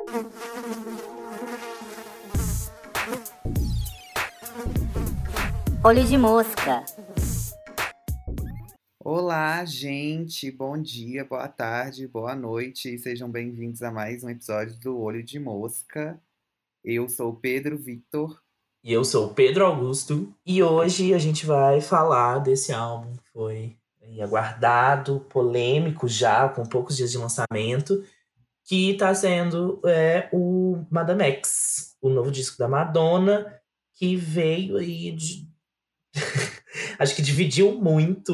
Olho de mosca. Olá, gente! Bom dia, boa tarde, boa noite e sejam bem-vindos a mais um episódio do Olho de Mosca. Eu sou o Pedro Victor. E eu sou o Pedro Augusto. E hoje a gente vai falar desse álbum que foi aguardado, polêmico já, com poucos dias de lançamento, que tá sendo o Madame X, o novo disco da Madonna, que veio aí de... Acho que dividiu muito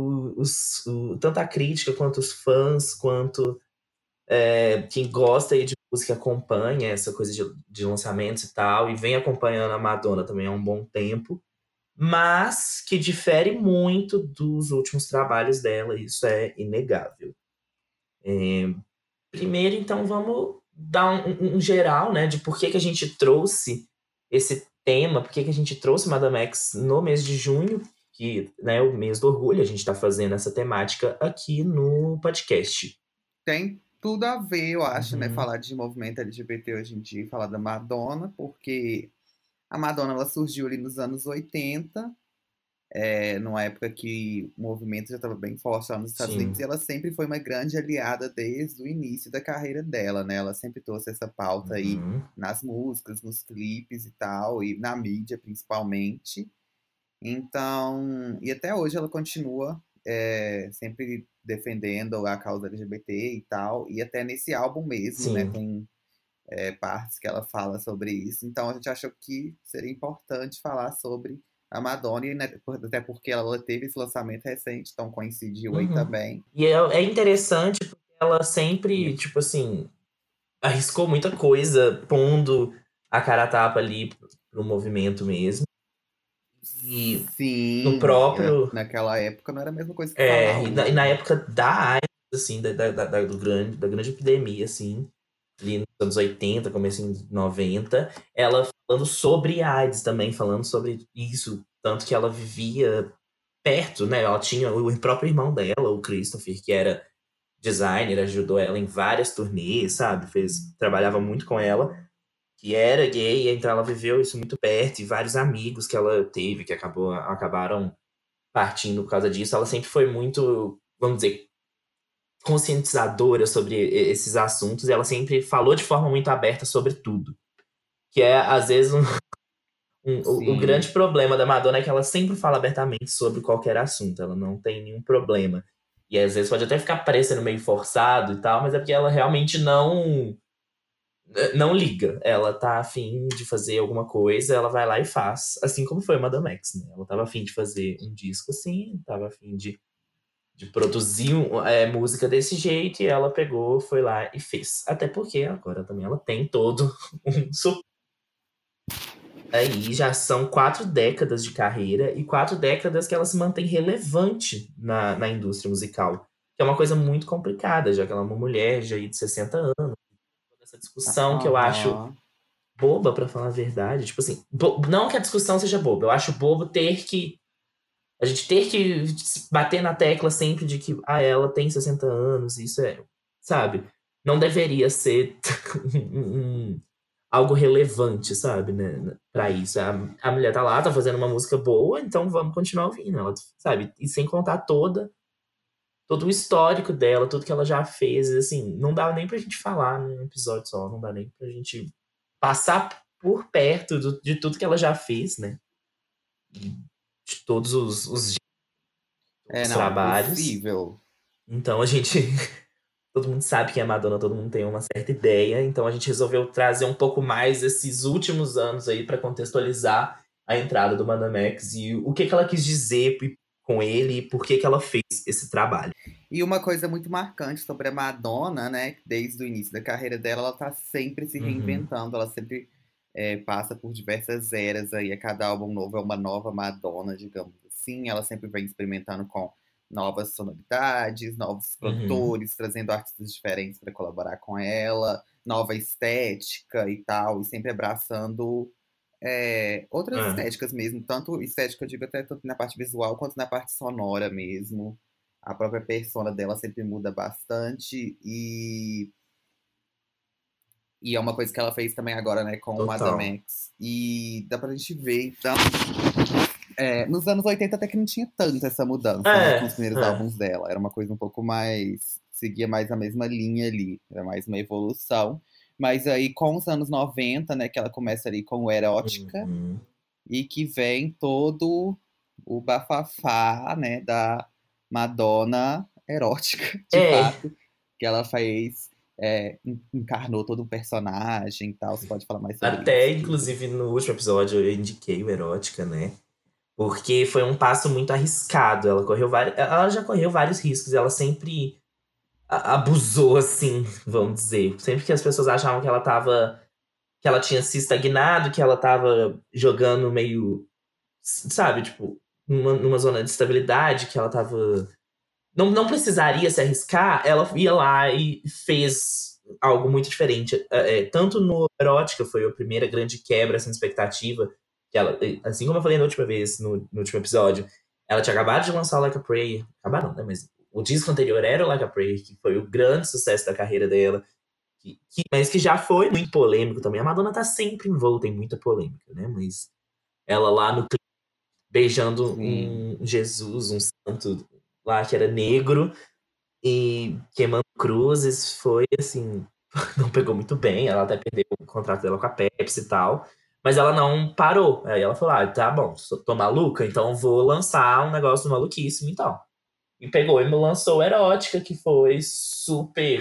tanto a crítica, quanto os fãs, quanto quem gosta aí de música acompanha essa coisa de lançamentos e tal, e vem acompanhando a Madonna também há um bom tempo, mas que difere muito dos últimos trabalhos dela, isso é inegável. Primeiro, então, vamos dar um geral, né, de por que a gente trouxe esse tema, por que a gente trouxe Madame X no mês de junho, que é o mês do orgulho, a gente está fazendo essa temática aqui no podcast. Tem tudo a ver, eu acho, né? Uhum. Falar de movimento LGBT hoje em dia, falar da Madonna, porque a Madonna ela surgiu ali nos anos 80, numa época que o movimento já estava bem forte lá nos Estados Sim. Unidos, e ela sempre foi uma grande aliada desde o início da carreira dela, né? Ela sempre trouxe essa pauta aí Uhum. nas músicas, nos clipes e tal, e na mídia principalmente. Então, e até hoje ela continua sempre defendendo a causa LGBT e tal, e até nesse álbum mesmo, né, Sim. tem partes que ela fala sobre isso. Então a gente achou que seria importante falar sobre a Madonna, e, né, até porque ela teve esse lançamento recente, então coincidiu aí Uhum. também. E é interessante porque ela sempre, tipo assim, arriscou muita coisa, pondo a cara a tapa ali pro movimento mesmo. E no Sim, próprio. naquela época não era a mesma coisa que falar E hoje, na né? época da AIDS, assim, da grande epidemia, assim, ali nos anos 80, começo de 90, ela falando sobre AIDS também, falando sobre isso. Tanto que ela vivia perto, né? Ela tinha o próprio irmão dela, o Christopher, que era designer, ajudou ela em várias turnês, sabe? Trabalhava muito com ela, que era gay, então ela viveu isso muito perto, e vários amigos que ela teve que acabaram partindo por causa disso. Ela sempre foi muito, vamos dizer, conscientizadora sobre esses assuntos, e ela sempre falou de forma muito aberta sobre tudo. Que é, às vezes, o grande Sim. problema da Madonna é que ela sempre fala abertamente sobre qualquer assunto, ela não tem nenhum problema. E às vezes pode até ficar parecendo meio forçado e tal, mas é porque ela realmente não liga. Ela tá afim de fazer alguma coisa, ela vai lá e faz. Assim como foi a Madame X, né? Ela tava afim de fazer um disco assim, tava afim de produzir música desse jeito, e ela pegou, foi lá e fez. Até porque agora também ela tem todo um aí já são 4 décadas de carreira, e 4 décadas que ela se mantém relevante na indústria musical. Que é uma coisa muito complicada, já que ela é uma mulher já aí de 60 anos. Toda essa discussão que eu acho Aham. boba, pra falar a verdade. Tipo assim, não que a discussão seja boba, eu acho bobo a gente ter que bater na tecla sempre de que ela tem 60 anos, isso sabe? Não deveria ser algo relevante, sabe, né, pra isso. A mulher tá lá, tá fazendo uma música boa, então vamos continuar ouvindo ela, sabe? E sem contar todo o histórico dela, tudo que ela já fez, assim, não dá nem pra gente falar num episódio só, não dá nem pra gente passar por perto de tudo que ela já fez, né? De todos os Não, trabalhos. impossível. Então a gente. Todo mundo sabe que é Madonna, todo mundo tem uma certa ideia. Então a gente resolveu trazer um pouco mais esses últimos anos aí para contextualizar a entrada do Madame X e o que ela quis dizer com ele e por que ela fez esse trabalho. E uma coisa muito marcante sobre a Madonna, né? Que desde o início da carreira dela, ela tá sempre se Uhum. reinventando, ela sempre passa por diversas eras aí, a cada álbum novo é uma nova Madonna, digamos assim. Ela sempre vem experimentando com novas sonoridades, novos Uhum. produtores, trazendo artistas diferentes para colaborar com ela, nova estética e tal, e sempre abraçando outras É. estéticas mesmo, tanto estética, eu digo até tanto na parte visual quanto na parte sonora mesmo. A própria persona dela sempre muda bastante E é uma coisa que ela fez também agora, né, com o Total. Madame X. E dá pra gente ver, então. Nos anos 80 até que não tinha tanto essa mudança, né, com os primeiros É. álbuns dela. Era uma coisa um pouco mais. Seguia mais a mesma linha ali. Era mais uma evolução. Mas aí, com os anos 90, né, que ela começa ali com o Erótica, Uhum. e que vem todo o bafafá, né, da Madonna erótica, de É, fato, que ela fez, encarnou todo um personagem e tal. Você pode falar mais sobre até isso, tudo. inclusive no último episódio eu indiquei o Erótica, né? Porque foi um passo muito arriscado. Ela já correu vários riscos, ela sempre abusou, assim, vamos dizer. Sempre que as pessoas achavam que ela tinha se estagnado, que ela tava jogando meio, sabe, tipo, numa zona de estabilidade, que ela tava. Não precisaria se arriscar, ela ia lá e fez algo muito diferente. Tanto no Erótica foi a primeira grande quebra, essa expectativa, que ela, assim como eu falei na última vez, no último episódio, ela tinha acabado de lançar o Like a Prayer. Acabaram, né? Mas o disco anterior era o Like a Prayer, que foi o grande sucesso da carreira dela, mas que já foi muito polêmico também. A Madonna tá sempre envolta em muita polêmica, né? Mas ela lá no clipe beijando Sim. um Jesus, um santo lá que era negro e queimando cruzes, foi assim, não pegou muito bem. Ela até perdeu o contrato dela com a Pepsi e tal. Mas ela não parou. Aí ela falou: ah, tá bom, tô maluca, então vou lançar um negócio maluquíssimo então. E pegou e me lançou Erótica, que foi super.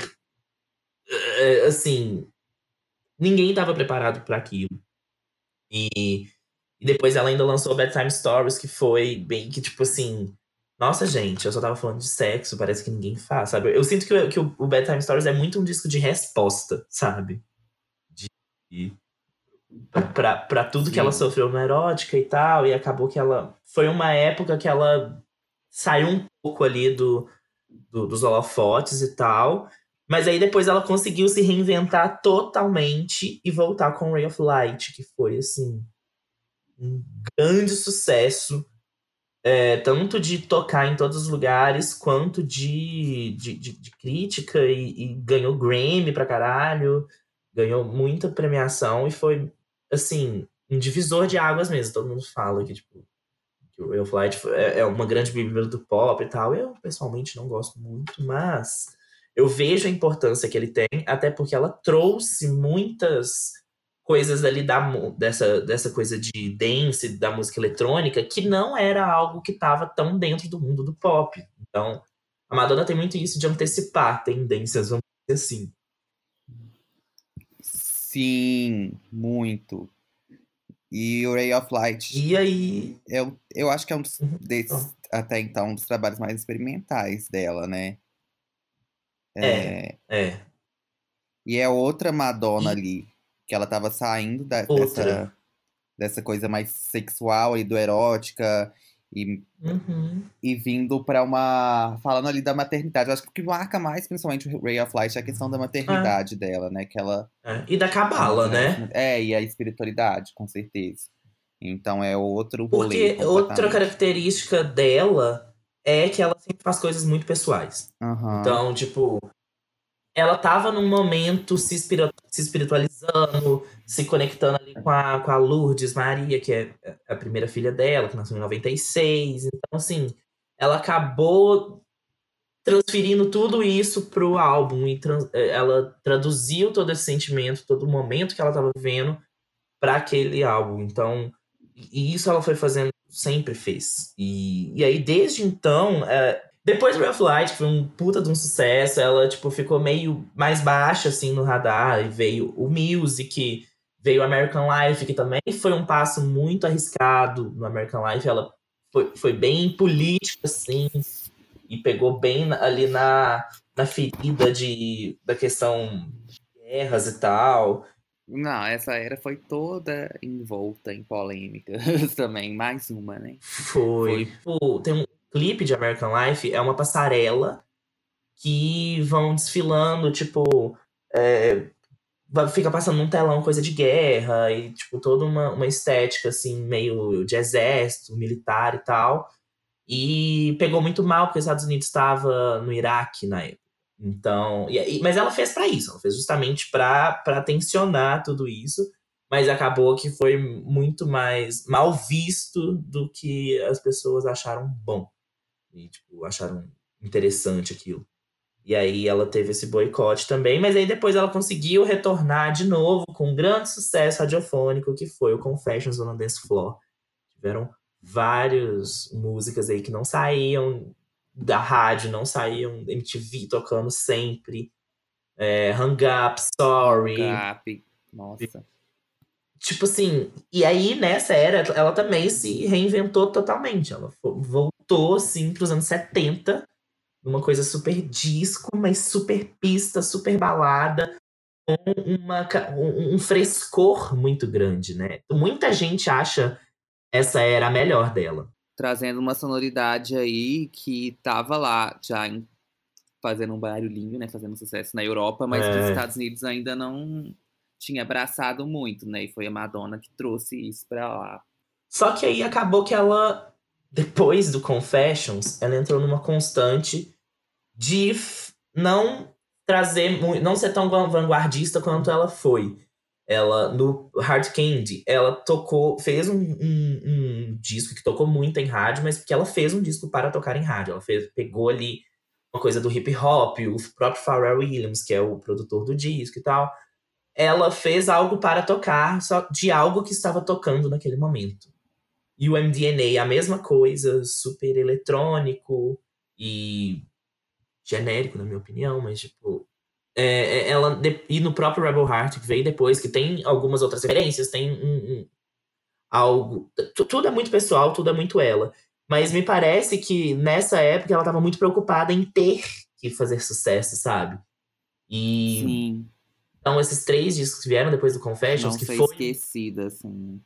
Assim, ninguém tava preparado para aquilo. E, e depois ela ainda lançou Bedtime Stories, que foi bem que, tipo assim. Nossa, gente, eu só tava falando de sexo, parece que ninguém faz, sabe? Eu sinto que o Bedtime Stories é muito um disco de resposta, sabe? De, pra tudo que ela Sim. sofreu na erótica e tal, e acabou que ela. Foi uma época que ela saiu um pouco ali dos holofotes e tal. Mas aí depois ela conseguiu se reinventar totalmente e voltar com Ray of Light, que foi assim um grande sucesso, tanto de tocar em todos os lugares, quanto de crítica, e ganhou Grammy pra caralho, ganhou muita premiação, e foi, assim, um divisor de águas mesmo. Todo mundo fala que o Ray of Light é uma grande bíblia do pop e tal. Eu, pessoalmente, não gosto muito, mas eu vejo a importância que ele tem, até porque ela trouxe muitas coisas ali dessa coisa de dance, da música eletrônica, que não era algo que estava tão dentro do mundo do pop. Então, a Madonna tem muito isso de antecipar tendências, vamos dizer assim. Sim, muito. E o Ray of Light, E aí. eu acho que é um Uhum. desses, até então, um dos trabalhos mais experimentais dela, né? É, é. E é outra Madonna E ali, que ela tava saindo outra. dessa coisa mais sexual e do erótica, e, Uhum. e vindo pra uma. Falando ali da maternidade. Eu acho que o que marca mais, principalmente o Ray of Light, é a questão da É, maternidade dela, né? Que E da ela Cabala, trouxe muito. né? E a espiritualidade, com certeza. Então é outro rolê Porque outra completamente. característica dela é que ela sempre faz coisas muito pessoais. Aham. Então, tipo, ela tava num momento se espiritualizando, se conectando ali com a Lourdes Maria, que é a primeira filha dela, que nasceu em 96. Então, assim, ela acabou transferindo tudo isso pro álbum. E ela traduziu todo esse sentimento, todo o momento que ela tava vivendo para aquele álbum. Então, e isso ela foi fazendo, sempre fez. E aí, desde então, depois do Ray of Light, que foi um puta de um sucesso, ela, tipo, ficou meio mais baixa, assim, no radar, e veio o Music, veio o American Life, que também foi um passo muito arriscado no American Life. Ela foi bem política, assim, e pegou bem ali na ferida da questão de guerras e tal. Não, essa era foi toda envolta em polêmicas também. Mais uma, né? Foi. Foi. Pô, tem um clipe de American Life, é uma passarela que vão desfilando, tipo, é, fica passando num telão coisa de guerra e, tipo, toda uma estética, assim, meio de exército, militar e tal. E pegou muito mal, porque os Estados Unidos estava no Iraque na época. Então, mas ela fez pra isso, ela fez justamente pra tensionar tudo isso, mas acabou que foi muito mais mal visto do que as pessoas acharam bom. E, tipo, acharam interessante aquilo. E aí ela teve esse boicote também, mas aí depois ela conseguiu retornar de novo com um grande sucesso radiofônico, que foi o Confessions on a Dance Floor. Tiveram várias músicas aí que não saíam da rádio, não saíam da MTV tocando sempre. Hang Up, Sorry. Gap. Nossa. Tipo assim, e aí nessa era ela também se reinventou totalmente. Ela voltou assim pros anos 70, uma coisa super disco, mas super pista, super balada, com um frescor muito grande, né? Muita gente acha essa era a melhor dela. Trazendo uma sonoridade aí que tava lá já fazendo um barulhinho, né? Fazendo sucesso na Europa, mas que os Estados Unidos ainda não tinha abraçado muito, né? E foi a Madonna que trouxe isso pra lá. Só que aí acabou que ela, depois do Confessions, ela entrou numa constante de não trazer, não ser tão vanguardista quanto ela foi. Ela, no Hard Candy, ela fez um disco que tocou muito em rádio, mas porque ela fez um disco para tocar em rádio. Ela pegou ali uma coisa do hip hop, o próprio Pharrell Williams, que é o produtor do disco e tal. Ela fez algo para tocar, só de algo que estava tocando naquele momento. E o MDNA, a mesma coisa, super eletrônico e genérico, na minha opinião, mas tipo. E no próprio Rebel Heart, que veio depois, que tem algumas outras referências, tem algo. Tudo é muito pessoal, tudo é muito ela. Mas me parece que nessa época ela estava muito preocupada em ter que fazer sucesso, sabe? E. Sim. Então, esses 3 discos que vieram depois do Confessions, Não que ser foi. esquecida, assim.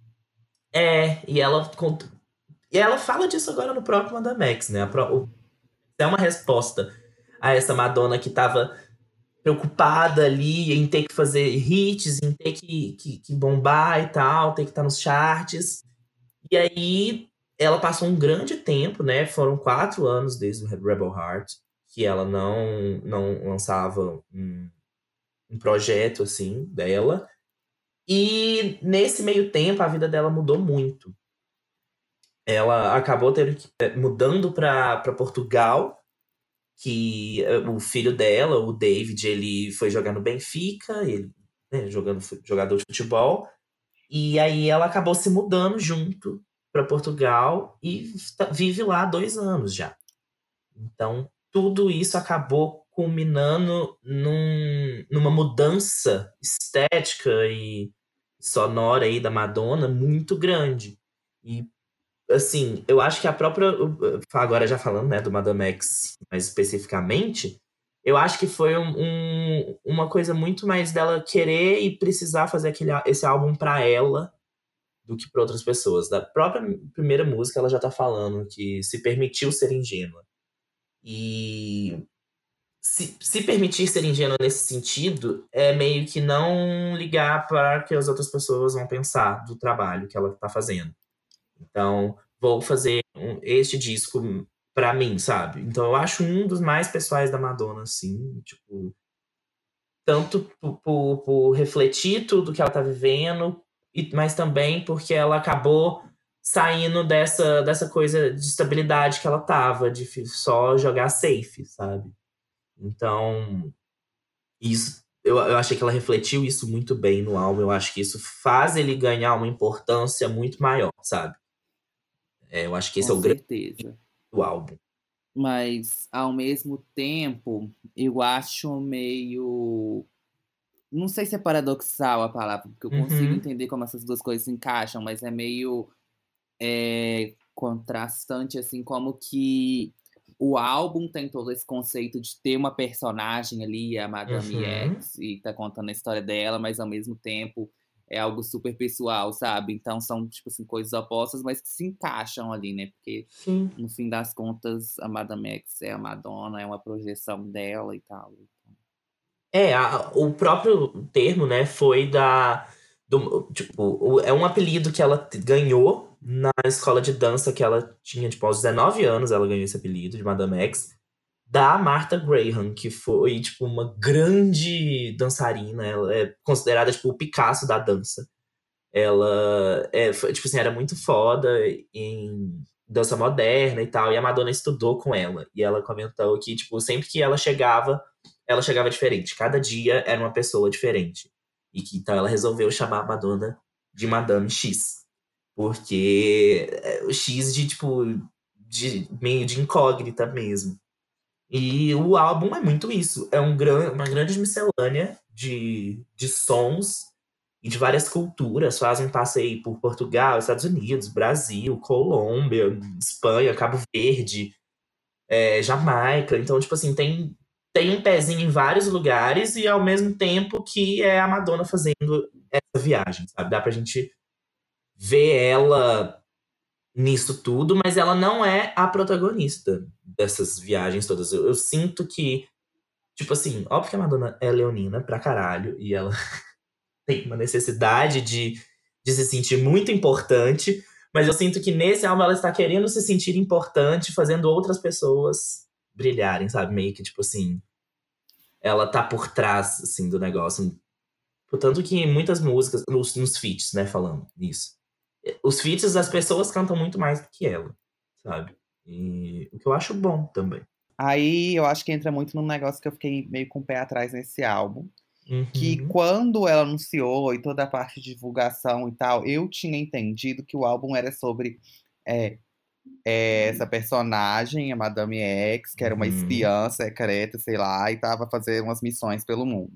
E ela fala disso agora no próprio Madame X, né? É uma resposta a essa Madonna que tava preocupada ali em ter que fazer hits, em ter que bombar e tal, ter que estar nos charts. E aí ela passou um grande tempo, né? Foram 4 anos desde o Rebel Heart que ela não lançava um projeto assim dela. E nesse meio tempo a vida dela mudou muito. Ela acabou mudando para Portugal, que o filho dela, o David, ele foi jogar no Benfica, ele, né, jogador de futebol, e aí ela acabou se mudando junto para Portugal e vive lá há 2 anos já. Então, tudo isso acabou culminando numa mudança estética e sonora aí da Madonna muito grande. E assim, eu acho que a própria. Agora já falando, né, do Madame X mais especificamente, eu acho que foi uma coisa muito mais dela querer e precisar fazer esse álbum pra ela do que pra outras pessoas. Da própria primeira música, ela já tá falando que se permitiu ser ingênua. E se permitir ser ingênua nesse sentido é meio que não ligar para que as outras pessoas vão pensar do trabalho que ela tá fazendo. Então, vou fazer este disco pra mim, sabe? Então, eu acho um dos mais pessoais da Madonna, assim, tipo, tanto por refletir tudo que ela tá vivendo, mas também porque ela acabou saindo dessa coisa de estabilidade que ela tava, de só jogar safe, sabe? Então, isso, eu achei que ela refletiu isso muito bem no álbum. Eu acho que isso faz ele ganhar uma importância muito maior, sabe? Eu acho que esse é o grande certeza. do álbum. Mas, ao mesmo tempo, eu acho meio. Não sei se é paradoxal a palavra, porque eu consigo entender como essas duas coisas se encaixam, mas é meio contrastante, assim, como que o álbum tem todo esse conceito de ter uma personagem ali, a Madame X, e tá contando a história dela, mas ao mesmo tempo é algo super pessoal, sabe? Então são, tipo assim, coisas opostas, mas que se encaixam ali, né? Porque, Sim. no fim das contas, a Madame X é a Madonna, é uma projeção dela e tal. O próprio termo, né, foi tipo, é um apelido que ela ganhou na escola de dança que ela tinha, tipo, aos 19 anos ela ganhou esse apelido de Madame X, da Martha Graham, que foi, tipo, uma grande dançarina. Ela é considerada, tipo, o Picasso da dança. Ela foi, tipo assim, era muito foda em dança moderna e tal. E a Madonna estudou com ela. E ela comentou que, tipo, sempre que ela chegava diferente. Cada dia era uma pessoa diferente. E que então ela resolveu chamar a Madonna de Madame X. Porque o X de, tipo, de meio de incógnita mesmo. E o álbum é muito isso. É uma grande miscelânea de sons e de várias culturas. Faz um passeio por Portugal, Estados Unidos, Brasil, Colômbia, Espanha, Cabo Verde, Jamaica. Então, tipo assim, tem um pezinho em vários lugares e ao mesmo tempo que é a Madonna fazendo essa viagem, sabe? Dá pra gente ver ela nisso tudo, mas ela não é a protagonista dessas viagens todas. Eu sinto que, tipo assim, óbvio que a Madonna é leonina pra caralho e ela tem uma necessidade de se sentir muito importante, mas eu sinto que nesse álbum ela está querendo se sentir importante, fazendo outras pessoas brilharem, sabe? Meio que, tipo assim, ela tá por trás, assim, do negócio. Portanto que em muitas músicas, nos feats, né, falando nisso. Os feats, as pessoas cantam muito mais do que ela, sabe? E o que eu acho bom também. Aí eu acho que entra muito num negócio que eu fiquei meio com o pé atrás nesse álbum. Que Uhum. quando ela anunciou e toda a parte de divulgação e tal, eu tinha entendido que o álbum era sobre é, essa personagem, a Madame X, que era uma Uhum. espiã secreta, sei lá, e tava fazendo umas missões pelo mundo.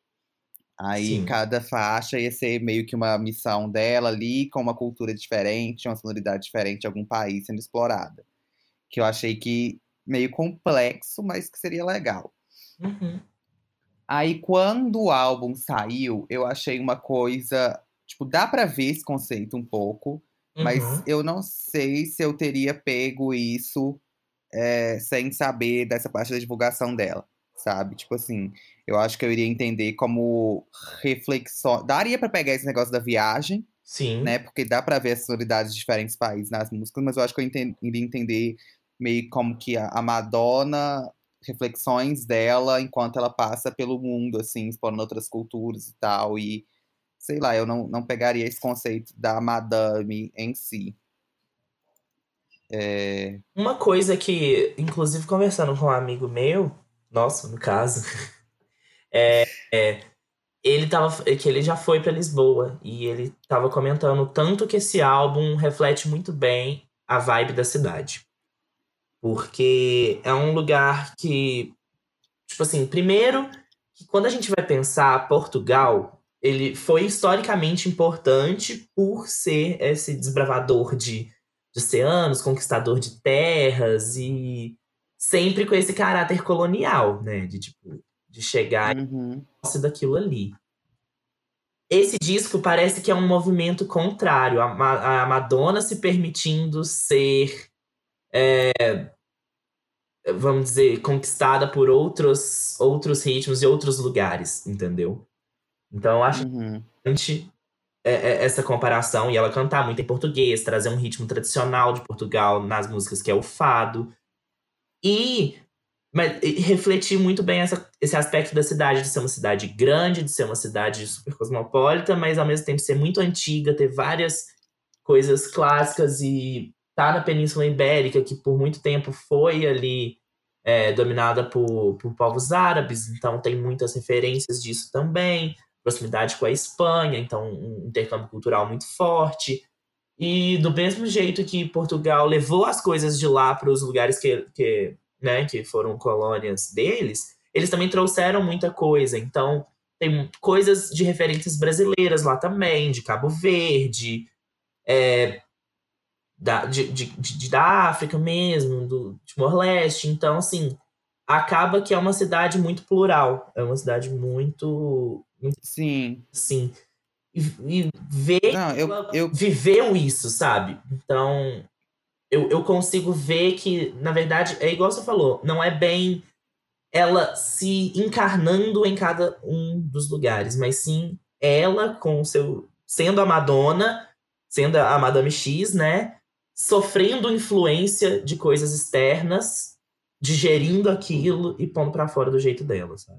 Aí Sim. cada faixa ia ser meio que uma missão dela ali, com uma cultura diferente, uma sonoridade diferente de algum país sendo explorada. Que eu achei que meio complexo, mas que seria legal. Uhum. Aí quando o álbum saiu, eu achei uma coisa, tipo, dá pra ver esse conceito um pouco, mas Uhum. eu não sei se eu teria pego isso sem saber dessa parte da divulgação dela, sabe? Tipo assim, eu acho que eu iria entender como reflexão. Daria pra pegar esse negócio da viagem, né? Sim. Porque dá pra ver as sonoridades de diferentes países nas músicas, mas eu acho que eu iria entender meio como que a Madonna, reflexões dela enquanto ela passa pelo mundo, assim, explorando outras culturas e tal. E sei lá, eu não pegaria esse conceito da Madame em si. É, Uma coisa que, inclusive, conversando com um amigo meu, nossa, no caso, que ele já foi pra Lisboa e ele tava comentando tanto que esse álbum reflete muito bem a vibe da cidade. Porque é um lugar que, tipo assim, primeiro, que quando a gente vai pensar Portugal, ele foi historicamente importante por ser esse desbravador de oceanos, conquistador de terras e sempre com esse caráter colonial, né? De, tipo, de chegar e uhum, posse daquilo ali. Esse disco parece que é um movimento contrário, a Madonna se permitindo ser, vamos dizer, conquistada por outros ritmos e outros lugares, entendeu? Então eu acho uhum, interessante essa comparação e ela cantar muito em português, trazer um ritmo tradicional de Portugal nas músicas, que é o fado. E, e refletir muito bem esse aspecto da cidade, de ser uma cidade grande, de ser uma cidade super cosmopolita, mas ao mesmo tempo ser muito antiga, ter várias coisas clássicas e tá na Península Ibérica, que por muito tempo foi ali dominada por povos árabes, então tem muitas referências disso também, proximidade com a Espanha, então um intercâmbio cultural muito forte. E do mesmo jeito que Portugal levou as coisas de lá para os lugares né, que foram colônias deles, eles também trouxeram muita coisa. Então, tem coisas de referências brasileiras lá também, de Cabo Verde, da África mesmo, do Timor-Leste. Então, assim, acaba que é uma cidade muito plural. É uma cidade muito sim. assim. E ver Não, que ela viveu isso, sabe? Então, eu consigo ver que, na verdade, é igual você falou, não é bem ela se encarnando em cada um dos lugares, mas sim ela com o seu. Sendo a Madonna, sendo a Madame X, né? Sofrendo influência de coisas externas digerindo aquilo e pondo pra fora do jeito dela, sabe?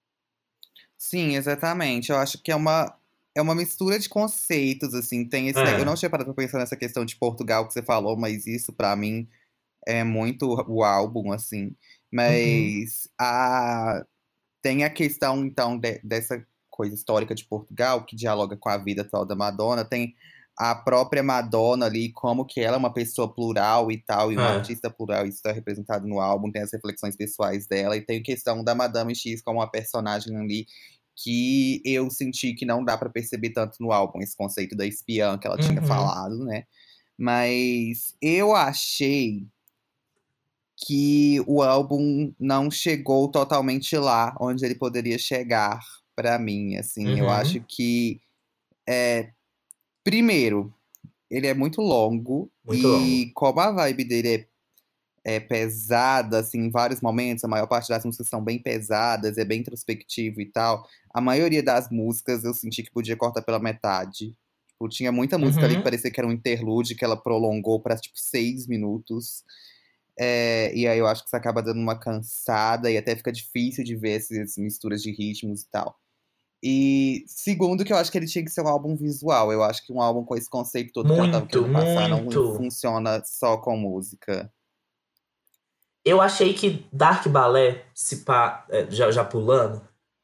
Sim, exatamente. Eu acho que é uma mistura de conceitos, assim. Tem esse, eu não É. tinha parado pra pensar nessa questão de Portugal que você falou, mas isso pra mim é muito o álbum, assim. Uhum. Mas tem a questão, então, dessa coisa histórica de Portugal, que dialoga com a vida atual da Madonna. Tem a própria Madonna ali, como que ela é uma pessoa plural e tal, e uma É. artista plural, isso está representado no álbum. Tem as reflexões pessoais dela, e tem a questão da Madame X como uma personagem ali, que eu senti que não dá pra perceber tanto no álbum, esse conceito da espiã que ela tinha Uhum. falado, né? Mas eu achei que o álbum não chegou totalmente lá onde ele poderia chegar pra mim, assim. Eu acho Uhum. que, primeiro, ele é muito longo Muito longo. e como a vibe dele é pesada, assim, em vários momentos, a maior parte das músicas são bem pesadas, é bem introspectivo e tal. A maioria das músicas eu senti que podia cortar pela metade. Tipo, tinha muita música ali que Uhum. parecia que era um interlude que ela prolongou pra, tipo, 6 minutos. E aí eu acho que isso acaba dando uma cansada e até fica difícil de ver essas misturas de ritmos e tal. E segundo, que eu acho que ele tinha que ser um álbum visual. Eu acho que um álbum com esse conceito todo que ela tava Muito, querendo passar não muito. funciona só com música. Eu achei que Dark Ballet, se pá, já pulando,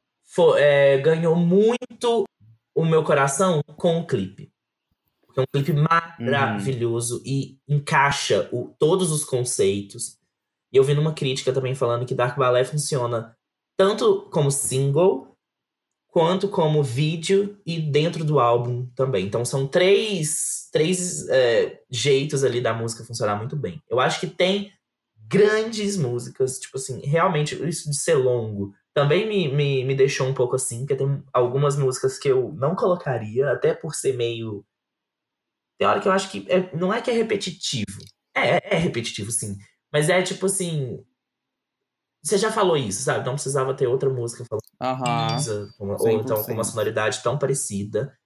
ganhou muito o meu coração com o clipe. Porque é um clipe Uhum. maravilhoso e encaixa todos os conceitos. E eu vi numa crítica também falando que Dark Ballet funciona tanto como single, quanto como vídeo e dentro do álbum também. Então são três jeitos ali da música funcionar muito bem. Eu acho que tem grandes músicas, tipo assim, realmente isso de ser longo também me deixou um pouco assim, porque tem algumas músicas que eu não colocaria, até por ser meio. Tem hora que eu acho que não é que é repetitivo. É repetitivo, sim. Mas é tipo assim. Você já falou isso, sabe? Não precisava ter outra música falando Aham. isso, ou cem por então com uma cento sonoridade tão parecida.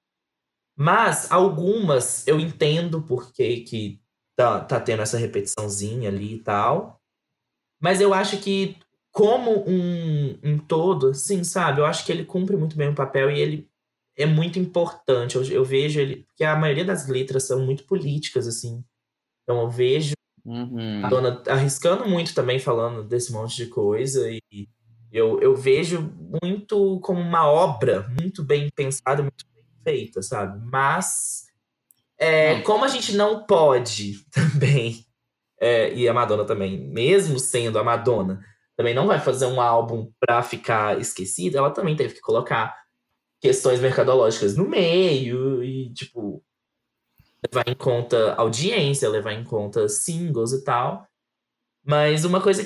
Mas algumas eu entendo por que tá tendo essa repetiçãozinha ali e tal. Mas eu acho que, como um todo, assim, sabe? Eu acho que ele cumpre muito bem o papel e ele é muito importante. Eu vejo ele. Porque a maioria das letras são muito políticas, assim. Então eu vejo a Uhum. dona arriscando muito também, falando desse monte de coisa. E eu vejo muito como uma obra muito bem pensada, muito bem feita, sabe? Mas, Não. como a gente não pode também. E a Madonna também, mesmo sendo a Madonna, também não vai fazer um álbum pra ficar esquecida, ela também teve que colocar questões mercadológicas no meio e, tipo, levar em conta audiência, levar em conta singles e tal. Mas uma coisa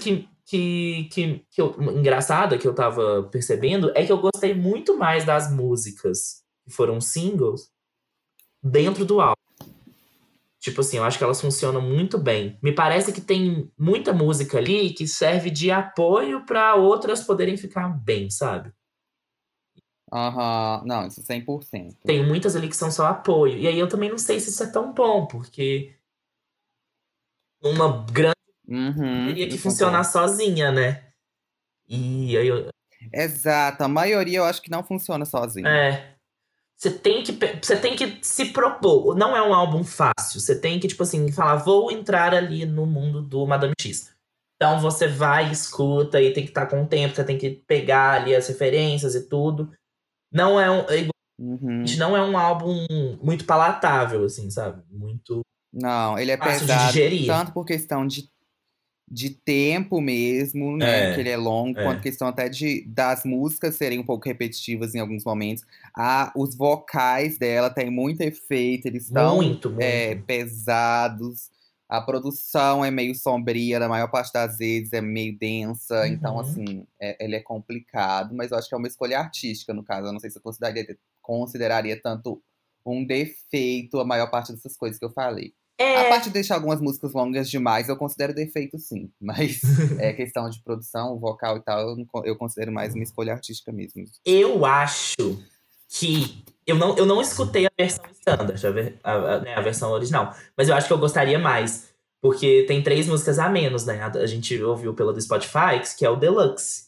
engraçada que eu tava percebendo é que eu gostei muito mais das músicas que foram singles dentro do álbum. Tipo assim, eu acho que elas funcionam muito bem. Me parece que tem muita música ali que serve de apoio pra outras poderem ficar bem, sabe? Aham. Não, isso 100%. Tem muitas ali que são só apoio. E aí eu também não sei se isso é tão bom, porque uma grande Uhum, teria que eu funcionar concordo. sozinha, né? E aí Exato, a maioria eu acho que não funciona sozinho. é, você tem que se propor. Não é um álbum fácil. Você tem que, tipo assim, falar, vou entrar ali no mundo do Madame X. Então você vai, escuta e tem que estar com o tempo, você tem que pegar ali as referências e tudo. Não é Uhum. não é um álbum muito palatável, assim, sabe? Muito Não, ele é fácil de pesado, digerir. tanto por questão de tempo mesmo, né? Que ele É, é longo, quanto é. questão até das músicas serem um pouco repetitivas em alguns momentos. Os vocais dela têm muito efeito, eles estão Muito, muito. pesados. A produção é meio sombria, na maior parte das vezes é meio densa. Então, Uhum. assim, ele é complicado, mas eu acho que é uma escolha artística, no caso. Eu não sei se eu consideraria tanto um defeito a maior parte dessas coisas que eu falei. A parte de É, deixar algumas músicas longas demais, eu considero defeito, sim. Mas questão de produção, vocal e tal, eu considero mais uma escolha artística mesmo. eu acho que eu não escutei a versão standard, né, a versão original, mas eu acho que eu gostaria mais. Porque tem 3 músicas a menos, né? A gente ouviu pela do Spotify, que é o Deluxe.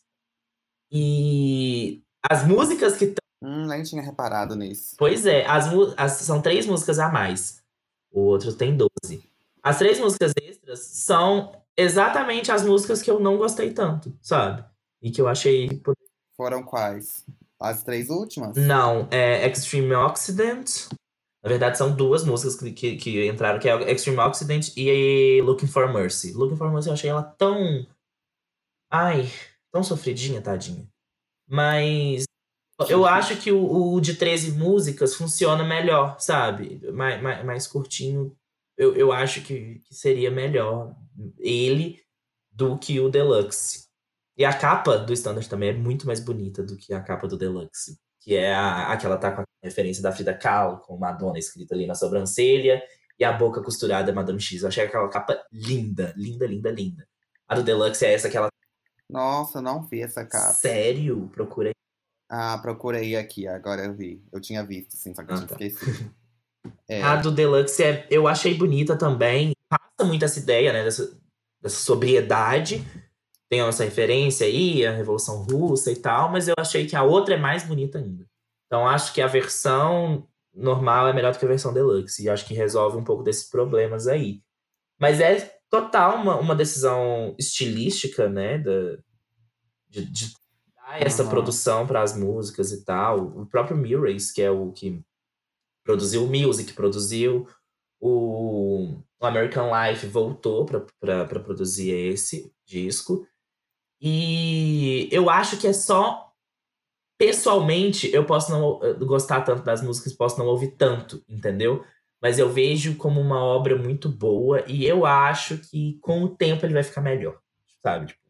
E as músicas que Nem tinha reparado nisso. Pois é, são 3 músicas a mais. O outro tem 12. As 3 músicas extras são exatamente as músicas que eu não gostei tanto, sabe? E que eu achei. Foram quais? As 3 últimas? Não, é Extreme Occident. Na verdade, são 2 músicas que entraram, que é Extreme Occident e Looking for Mercy. Looking for Mercy eu achei ela tão. Ai, tão sofridinha, tadinha. Mas eu acho que o de 13 músicas funciona melhor, sabe? Mais curtinho. Eu acho que seria melhor ele do que o Deluxe. E a capa do Standard também é muito mais bonita do que a capa do Deluxe. Que é aquela tá com a referência da Frida Kahlo, com Madonna escrita ali na sobrancelha, e a boca costurada Madame X. Eu achei aquela capa linda, linda, linda, linda. A do Deluxe é essa que ela. Nossa, eu não vi essa capa. Sério? Procurei. Ah, procurei aqui, agora eu vi. Eu tinha visto, sim, só que eu tinha tá. esquecido. A do Deluxe eu achei bonita também. Passa muito essa ideia, né, dessa sobriedade. Tem essa referência aí, a Revolução Russa e tal, mas eu achei que a outra é mais bonita ainda. Então acho que a versão normal é melhor do que a versão Deluxe. E acho que resolve um pouco desses problemas aí. Mas é total uma decisão estilística, né, de dar essa produção para as músicas e tal. O próprio Murray, que é o que produziu o Music, produziu o American Life, voltou para produzir esse disco. E eu acho que é só. Pessoalmente, eu posso não gostar tanto das músicas, posso não ouvir tanto, entendeu? Mas eu vejo como uma obra muito boa e eu acho que com o tempo ele vai ficar melhor, sabe? Tipo,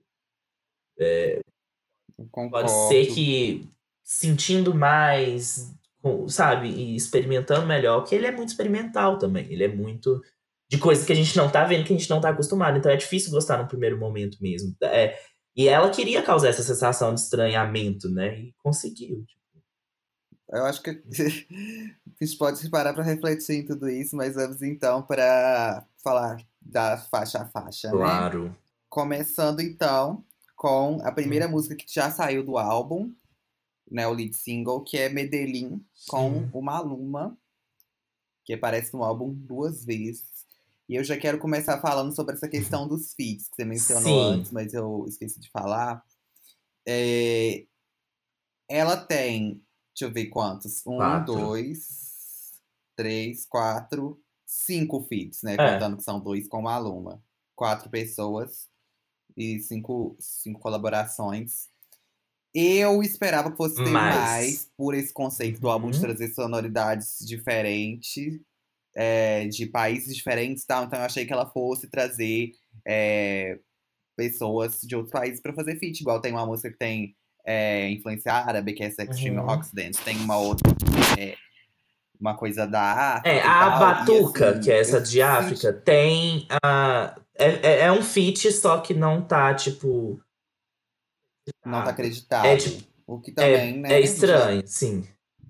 pode ser Concordo. que sentindo mais, sabe? E experimentando melhor, porque ele é muito experimental também. Ele é muito de coisas que a gente não tá vendo, que a gente não tá acostumado. Então é difícil gostar no primeiro momento mesmo. E ela queria causar essa sensação de estranhamento, né? E conseguiu. Eu acho que a gente pode parar para refletir em tudo isso, mas vamos então para falar da faixa a faixa, né? Claro. Começando então com a primeira música que já saiu do álbum, né, o lead single, que é Medellín, com o Maluma, que aparece no álbum 2 vezes. E eu já quero começar falando sobre essa questão dos feats, que você mencionou antes, mas eu esqueci de falar. Ela tem, deixa eu ver quantos. 1, 2, 3, 4, 5 feats, né? Contando que são 2 com Maluma. 4 pessoas e 5 colaborações. Eu esperava que fosse ter mais, por esse conceito do álbum de trazer sonoridades diferentes, de países diferentes e tal. Então eu achei que ela fosse trazer pessoas de outros países pra fazer feat. Igual tem uma música que tem influência árabe, que é essa Extreme Occident. Tem uma outra uma coisa da África e a tal. Batuca, E, assim, que é essa de África, tem é um feat, só que não tá, tipo... Não tá acreditado. O que também, né? É estranho, sim.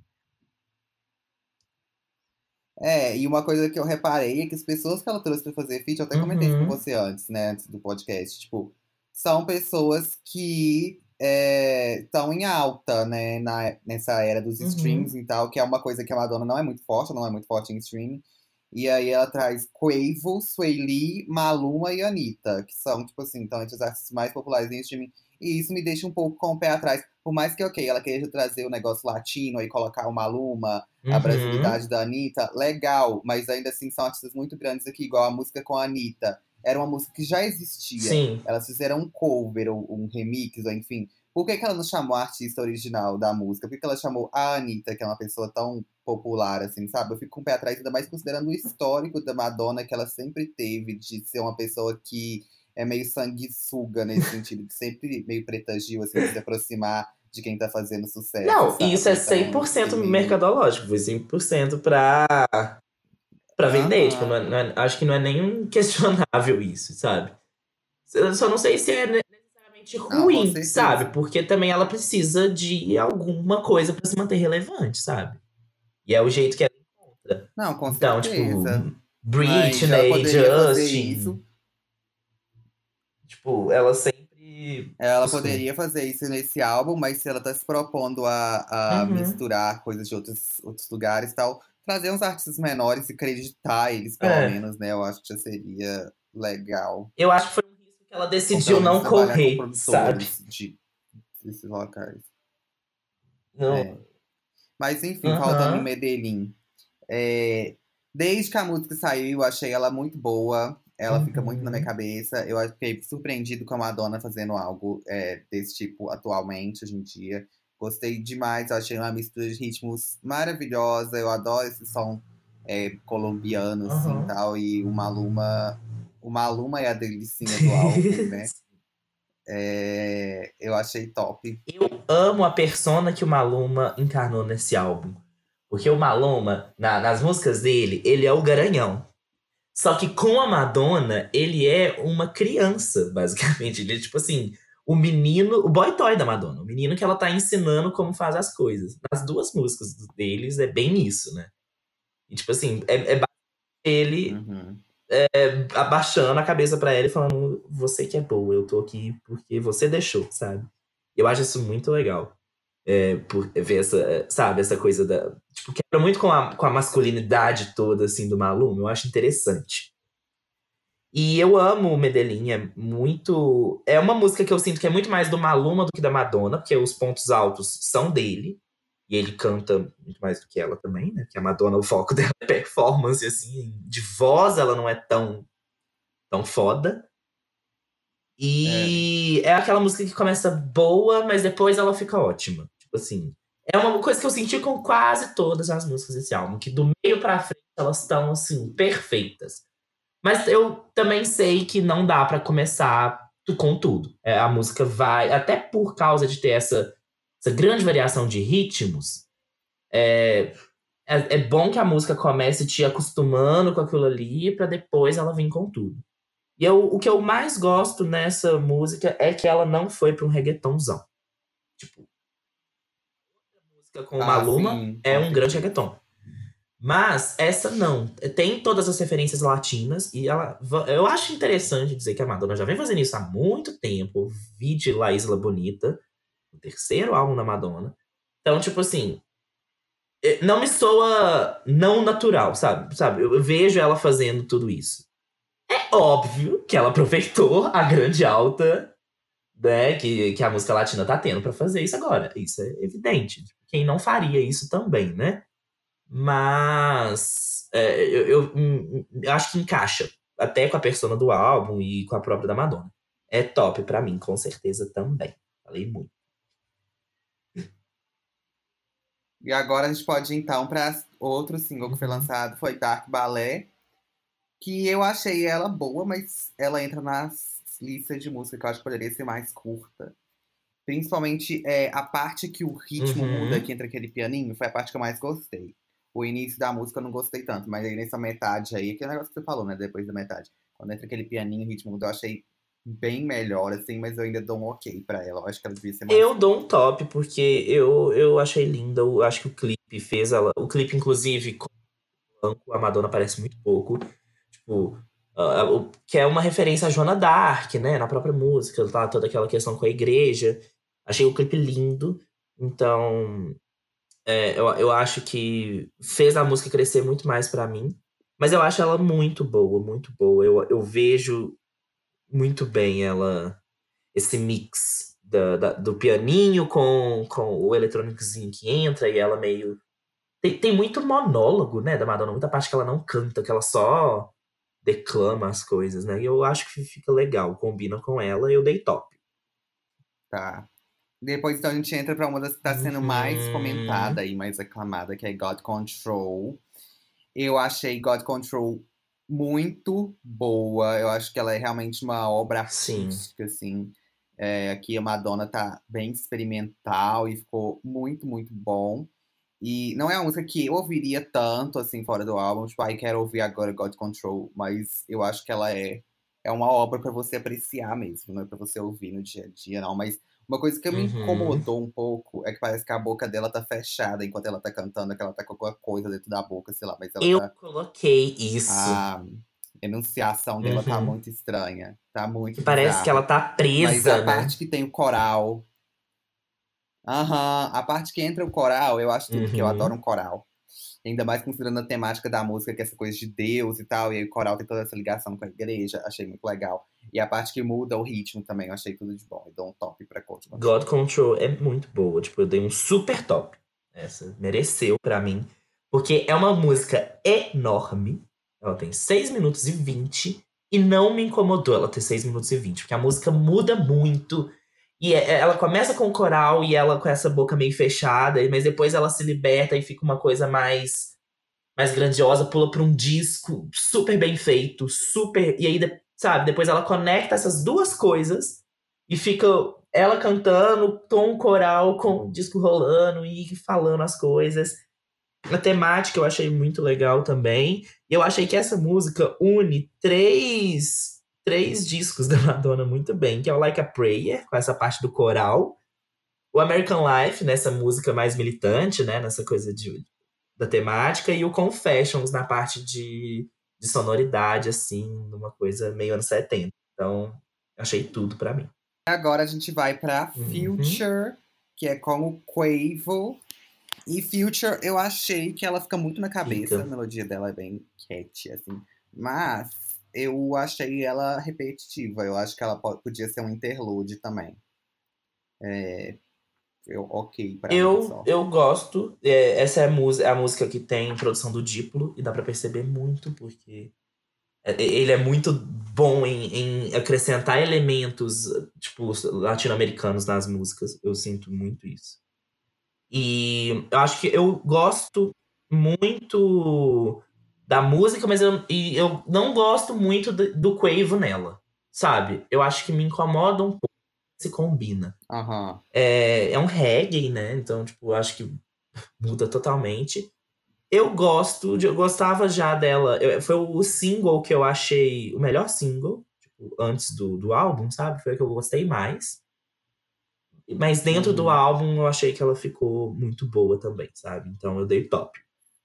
E uma coisa que eu reparei é que as pessoas que ela trouxe pra fazer feat, eu até comentei isso com você antes, né? Antes do podcast. Tipo, são pessoas que estão em alta, né? Nessa era dos streams e tal, que é uma coisa que a Madonna não é muito forte em streaming. E aí ela traz Quavo, Sway Lee, Maluma e Anitta, que são, tipo assim, então, entre os artistas mais populares em streaming. E isso me deixa um pouco com o pé atrás. Por mais que, ok, ela queja trazer o negócio latino e colocar o Maluma, a brasilidade da Anitta, legal, mas ainda assim são artistas muito grandes aqui, igual a música com a Anitta. Era uma música que já existia. Sim. Elas fizeram um cover, ou um remix, ou enfim. Por que ela não chamou a artista original da música? Por que ela chamou a Anitta, que é uma pessoa tão popular, assim, sabe? Eu fico com o pé atrás, ainda mais considerando o histórico da Madonna, que ela sempre teve, de ser uma pessoa que é meio sanguessuga nesse sentido, que sempre meio preta Gil, assim, de se aproximar de quem tá fazendo sucesso. Não, sabe? isso é Então, 100% mercadológico, foi 100% pra vender. Tipo, acho que não é nem questionável isso, sabe? Eu só não sei se é necessariamente ruim, sabe? Porque também ela precisa de alguma coisa pra se manter relevante, sabe? E é o jeito que ela encontra. Não, com então, certeza. Tipo, Mas ela Britney, poderia fazer isso. Justin. Tipo, ela sempre Ela buscou. poderia fazer isso nesse álbum, mas se ela tá se propondo a Uhum. misturar coisas de outros lugares e tal, trazer uns artistas menores e acreditar eles, pelo É. menos, né? Eu acho que já seria legal. Eu acho que foi um risco que ela Ou decidiu pelo menos não trabalhar com correr, sabe? produtores desses locais. Não. É. Mas enfim, faltando em Aham. Medellín. É, desde que a música saiu, eu achei ela muito boa. Ela fica muito na minha Uhum. cabeça. Eu fiquei surpreendido com a Madonna fazendo algo desse tipo atualmente, hoje em dia. Gostei demais, eu achei uma mistura de ritmos maravilhosa. Eu adoro esse som colombiano, assim, Aham. tal. E o Maluma é a delicinha do álbum, né? Eu achei top. Eu amo a persona que o Maluma encarnou nesse álbum. Porque o Maluma, nas músicas dele, ele é o garanhão. Só que com a Madonna, ele é uma criança, basicamente. Ele é tipo assim, o menino, o boy toy da Madonna. O menino que ela tá ensinando como faz as coisas. Nas duas músicas deles é bem isso, né? E tipo assim, é ele Uhum. abaixando a cabeça pra ela e falando: Você que é boa, eu tô aqui porque você deixou, sabe? Eu acho isso muito legal. Por ver essa, sabe, essa coisa da. Tipo, quebra muito com a masculinidade toda, assim, do Maluma. Eu acho interessante. E eu amo o Medellín, é muito. É uma música que eu sinto que é muito mais do Maluma do que da Madonna, porque os pontos altos são dele. E ele canta muito mais do que ela também, né? Porque a Madonna, o foco dela é performance, assim. De voz, ela não é tão foda. É. E é aquela música que começa boa, mas depois ela fica ótima. Tipo assim. É uma coisa que eu senti com quase todas as músicas desse álbum, que do meio pra frente elas estão, assim, perfeitas. Mas eu também sei que não dá pra começar com tudo. A música vai, até por causa de ter essa grande variação de ritmos, é bom que a música comece te acostumando com aquilo ali pra depois ela vir com tudo. E o que eu mais gosto nessa música é que ela não foi pra um reggaetonzão. Tipo, a música com o Ah, Maluma sim, é com um grande certeza. reggaeton. Mas essa não. Tem todas as referências latinas e eu acho interessante dizer que a Madonna já vem fazendo isso há muito tempo. Vide La Isla Bonita, o terceiro álbum da Madonna. Então, tipo assim, não me soa não natural, sabe? Eu vejo ela fazendo tudo isso. É óbvio que ela aproveitou a grande alta, né, que a música latina tá tendo pra fazer isso agora. Isso é evidente. Quem não faria isso também, né? Mas eu acho que encaixa. Até com a persona do álbum e com a própria da Madonna. É top pra mim, com certeza também. Falei muito. E agora a gente pode ir então para outro single que foi Uhum. lançado, foi Dark Ballet, que eu achei ela boa, mas ela entra nas listas de música que eu acho que poderia ser mais curta. Principalmente a parte que o ritmo muda, Uhum. que entra aquele pianinho, foi a parte que eu mais gostei. O início da música eu não gostei tanto, mas aí nessa metade aí, que é o negócio que você falou, né? Depois da metade. Quando entra aquele pianinho, o ritmo muda, eu achei bem melhor, assim, mas eu ainda dou um ok pra ela. Eu acho que ela devia ser mais Eu curta. dou um top, porque eu achei linda. Eu acho que o clipe fez ela. O clipe, inclusive, com o banco, a Madonna aparece muito pouco. Tipo, que é uma referência a Joana d'Arc, né? Na própria música, tá? Toda aquela questão com a igreja. Achei o clipe lindo. Então, eu acho que fez a música crescer muito mais pra mim. Mas eu acho ela muito boa, muito boa. Eu vejo muito bem ela, esse mix do pianinho com o eletrônicozinho que entra e ela meio. Tem muito monólogo, né, da Madonna, muita parte que ela não canta, que ela só declama as coisas, né? E eu acho que fica legal, combina com ela e eu dei top. Tá. Depois, então, a gente entra pra uma das que tá sendo mais comentada Uhum. e mais aclamada, que é God Control. Eu achei God Control muito boa. Eu acho que ela é realmente uma obra Sim. artística, assim. Aqui a Madonna tá bem experimental e ficou muito, muito bom. E não é uma música que eu ouviria tanto, assim, fora do álbum. Tipo, ai, quero ouvir agora God Control. Mas eu acho que ela é uma obra pra você apreciar mesmo. Não é pra você ouvir no dia a dia, não. Mas Uma coisa que me Uhum. incomodou um pouco é que parece que a boca dela tá fechada enquanto ela tá cantando, que ela tá com alguma coisa dentro da boca, sei lá, mas ela Eu tá. coloquei isso. A enunciação dela tá Uhum. muito estranha, tá Que muito parece que ela bizarro. tá Mas a presa, né? parte que tem o coral. Aham, a parte que entra o coral, eu acho tudo, porque eu adoro Uhum. um coral. Ainda mais considerando a temática da música, que é essa coisa de Deus e tal, e aí o coral tem toda essa ligação com a igreja, achei muito legal. E a parte que muda o ritmo também, eu achei tudo de bom. Eu dou um top pra Cold God Control. Control é muito boa. Tipo, eu dei um super top. Essa mereceu pra mim. Porque é uma música enorme. Ela tem 6 minutos e 20. E não me incomodou ela ter 6 minutos e 20. Porque a música muda muito. E ela começa com o coral e ela com essa boca meio fechada. Mas depois ela se liberta e fica uma coisa mais grandiosa. Pula pra um disco super bem feito. Super. E aí, sabe? Depois ela conecta essas duas coisas. E fica ela cantando, tom coral, com o disco rolando e falando as coisas. A temática eu achei muito legal também. E eu achei que essa música une três discos da Madonna muito bem, que é o Like a Prayer, com essa parte do coral, o American Life, nessa música mais militante, né, nessa coisa da temática, e o Confessions na parte de sonoridade, assim, numa coisa meio anos 70. Então, achei tudo pra mim. Agora a gente vai pra Uhum. Future, que é com o Quavo. E Future, eu achei que ela fica muito na cabeça, a Fica. melodia dela é bem cat, assim. Mas eu achei ela repetitiva, eu acho que ela podia ser um interlude também. Ok pra mim Eu, só. eu gosto. Essa é a música que tem produção do Diplo, e dá pra perceber muito, porque ele é muito bom em acrescentar elementos, tipo, latino-americanos nas músicas. Eu sinto muito isso. E eu acho que eu gosto muito da música, mas eu não gosto muito do Quavo nela, sabe? Eu acho que me incomoda um pouco se combina. Aham. É um reggae, né? Então, tipo, eu acho que muda totalmente. Eu gostava já dela. Foi o single que eu achei o melhor single, tipo, antes do álbum, sabe? Foi o que eu gostei mais. Mas dentro do Uhum. álbum eu achei que ela ficou muito boa também, sabe? Então eu dei top.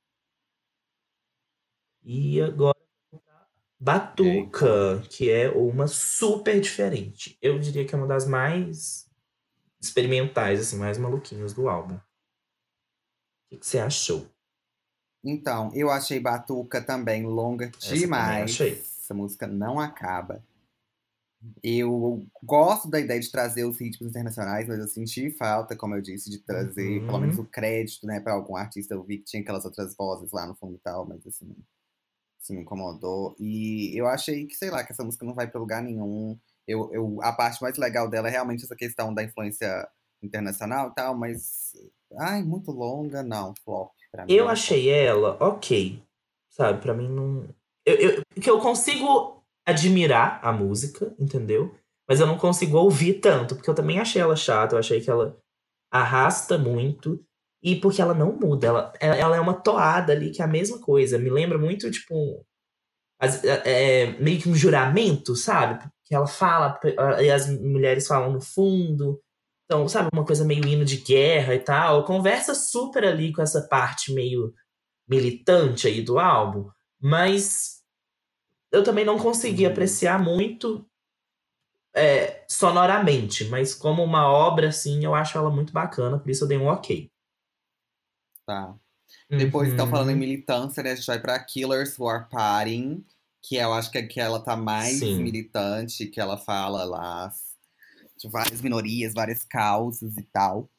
E agora É, Batuca, que é uma super diferente. Eu diria que é uma das mais experimentais, assim, mais maluquinhas do álbum. O que você achou? então, eu achei Batuca também longa Essa também demais. achei. Essa música não acaba. Eu gosto da ideia de trazer os ritmos internacionais, mas eu senti falta, como eu disse, de trazer pelo menos o Uhum. crédito, né, para algum artista. Eu vi que tinha aquelas outras vozes lá no fundo e tal, mas assim, isso me incomodou. E eu achei que, sei lá, que essa música não vai para lugar nenhum. A parte mais legal dela é realmente essa questão da influência internacional e tal, mas. Ai, muito longa, não. Flop. Pra mim Eu é um flop. achei ela ok, sabe? Pra mim não. Que eu consigo admirar a música, entendeu? Mas eu não consigo ouvir tanto, porque eu também achei ela chata, eu achei que ela arrasta muito. E porque ela não muda, ela é uma toada ali, que é a mesma coisa. Me lembra muito, tipo, meio que um juramento, sabe? Que ela fala, e as mulheres falam no fundo. Então, sabe, uma coisa meio hino de guerra e tal. Conversa super ali com essa parte meio militante aí do álbum, mas eu também não consegui Uhum, apreciar muito sonoramente, mas como uma obra, assim, eu acho ela muito bacana, por isso eu dei um ok. tá. Depois, então, falando em Uhum, militância, né, a gente vai pra Killers Who Are Partying, que eu acho que ela tá mais sim. militante, que ela fala lá de várias minorias, várias causas e tal.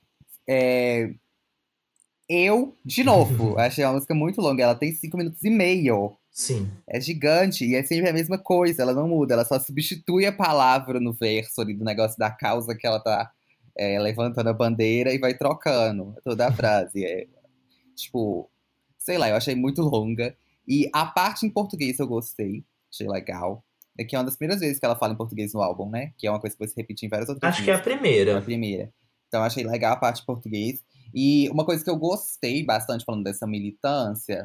De novo, achei uma música muito longa. Ela tem 5 minutos e meio. Sim. É gigante e é sempre a mesma coisa, ela não muda, ela só substitui a palavra no verso ali do negócio da causa que ela tá levantando a bandeira e vai trocando toda a frase. Tipo, sei lá, eu achei muito longa. E a parte em português eu gostei, achei legal. É que é uma das primeiras vezes que ela fala em português no álbum, né? Que é uma coisa que vai se repetir em várias outras Acho que é a músicas. Foi a primeira. primeira. Então eu achei legal a parte em português. E uma coisa que eu gostei bastante falando dessa militância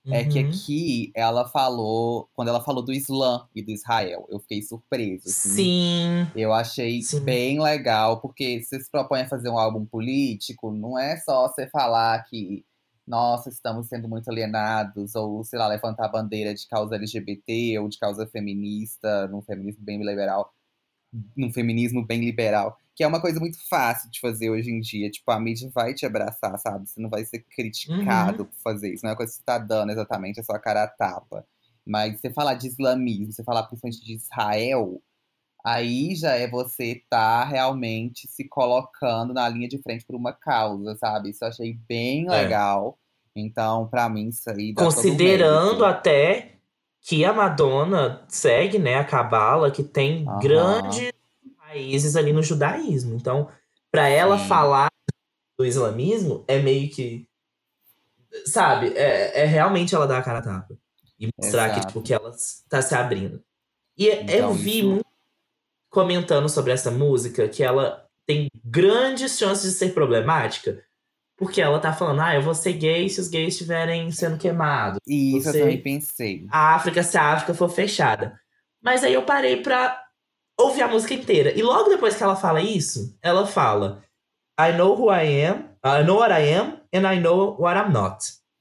é que Uhum. aqui ela falou, quando ela falou do Islã e do Israel, eu fiquei surpreso, assim. Sim, Eu achei sim. bem legal, porque se se propõe a fazer um álbum político, não é só você falar que, nossa, estamos sendo muito alienados, ou, sei lá, levantar a bandeira de causa LGBT ou de causa feminista, num feminismo bem liberal, num feminismo bem liberal, que é uma coisa muito fácil de fazer hoje em dia. Tipo, a mídia vai te abraçar, sabe? Você não vai ser criticado Uhum. por fazer isso. Não é uma coisa que você tá dando exatamente a sua cara a tapa. Mas você falar de islamismo, você falar principalmente de Israel, aí já é você tá realmente se colocando na linha de frente por uma causa, sabe? Isso eu achei bem É. legal. Então, pra mim, isso aí dá todo o Considerando mérito. até que a Madonna segue, né, a Cabala, que tem Aham, grandes raízes ali no judaísmo. Então, para ela sim, falar do islamismo, é meio que, sabe, é realmente ela dar a cara a tapa. E mostrar que, tipo, exato. que ela tá se abrindo. E eu Então, vi isso. muito comentando sobre essa música que ela tem grandes chances de ser problemática, porque ela tá falando, eu vou ser gay se os gays estiverem sendo queimados. E isso eu também Você pensei. a África se a África for fechada. Mas aí eu parei pra ouvir a música inteira. E logo depois que ela fala isso, ela fala: I know who I am, I know what I am, and I know what I'm not.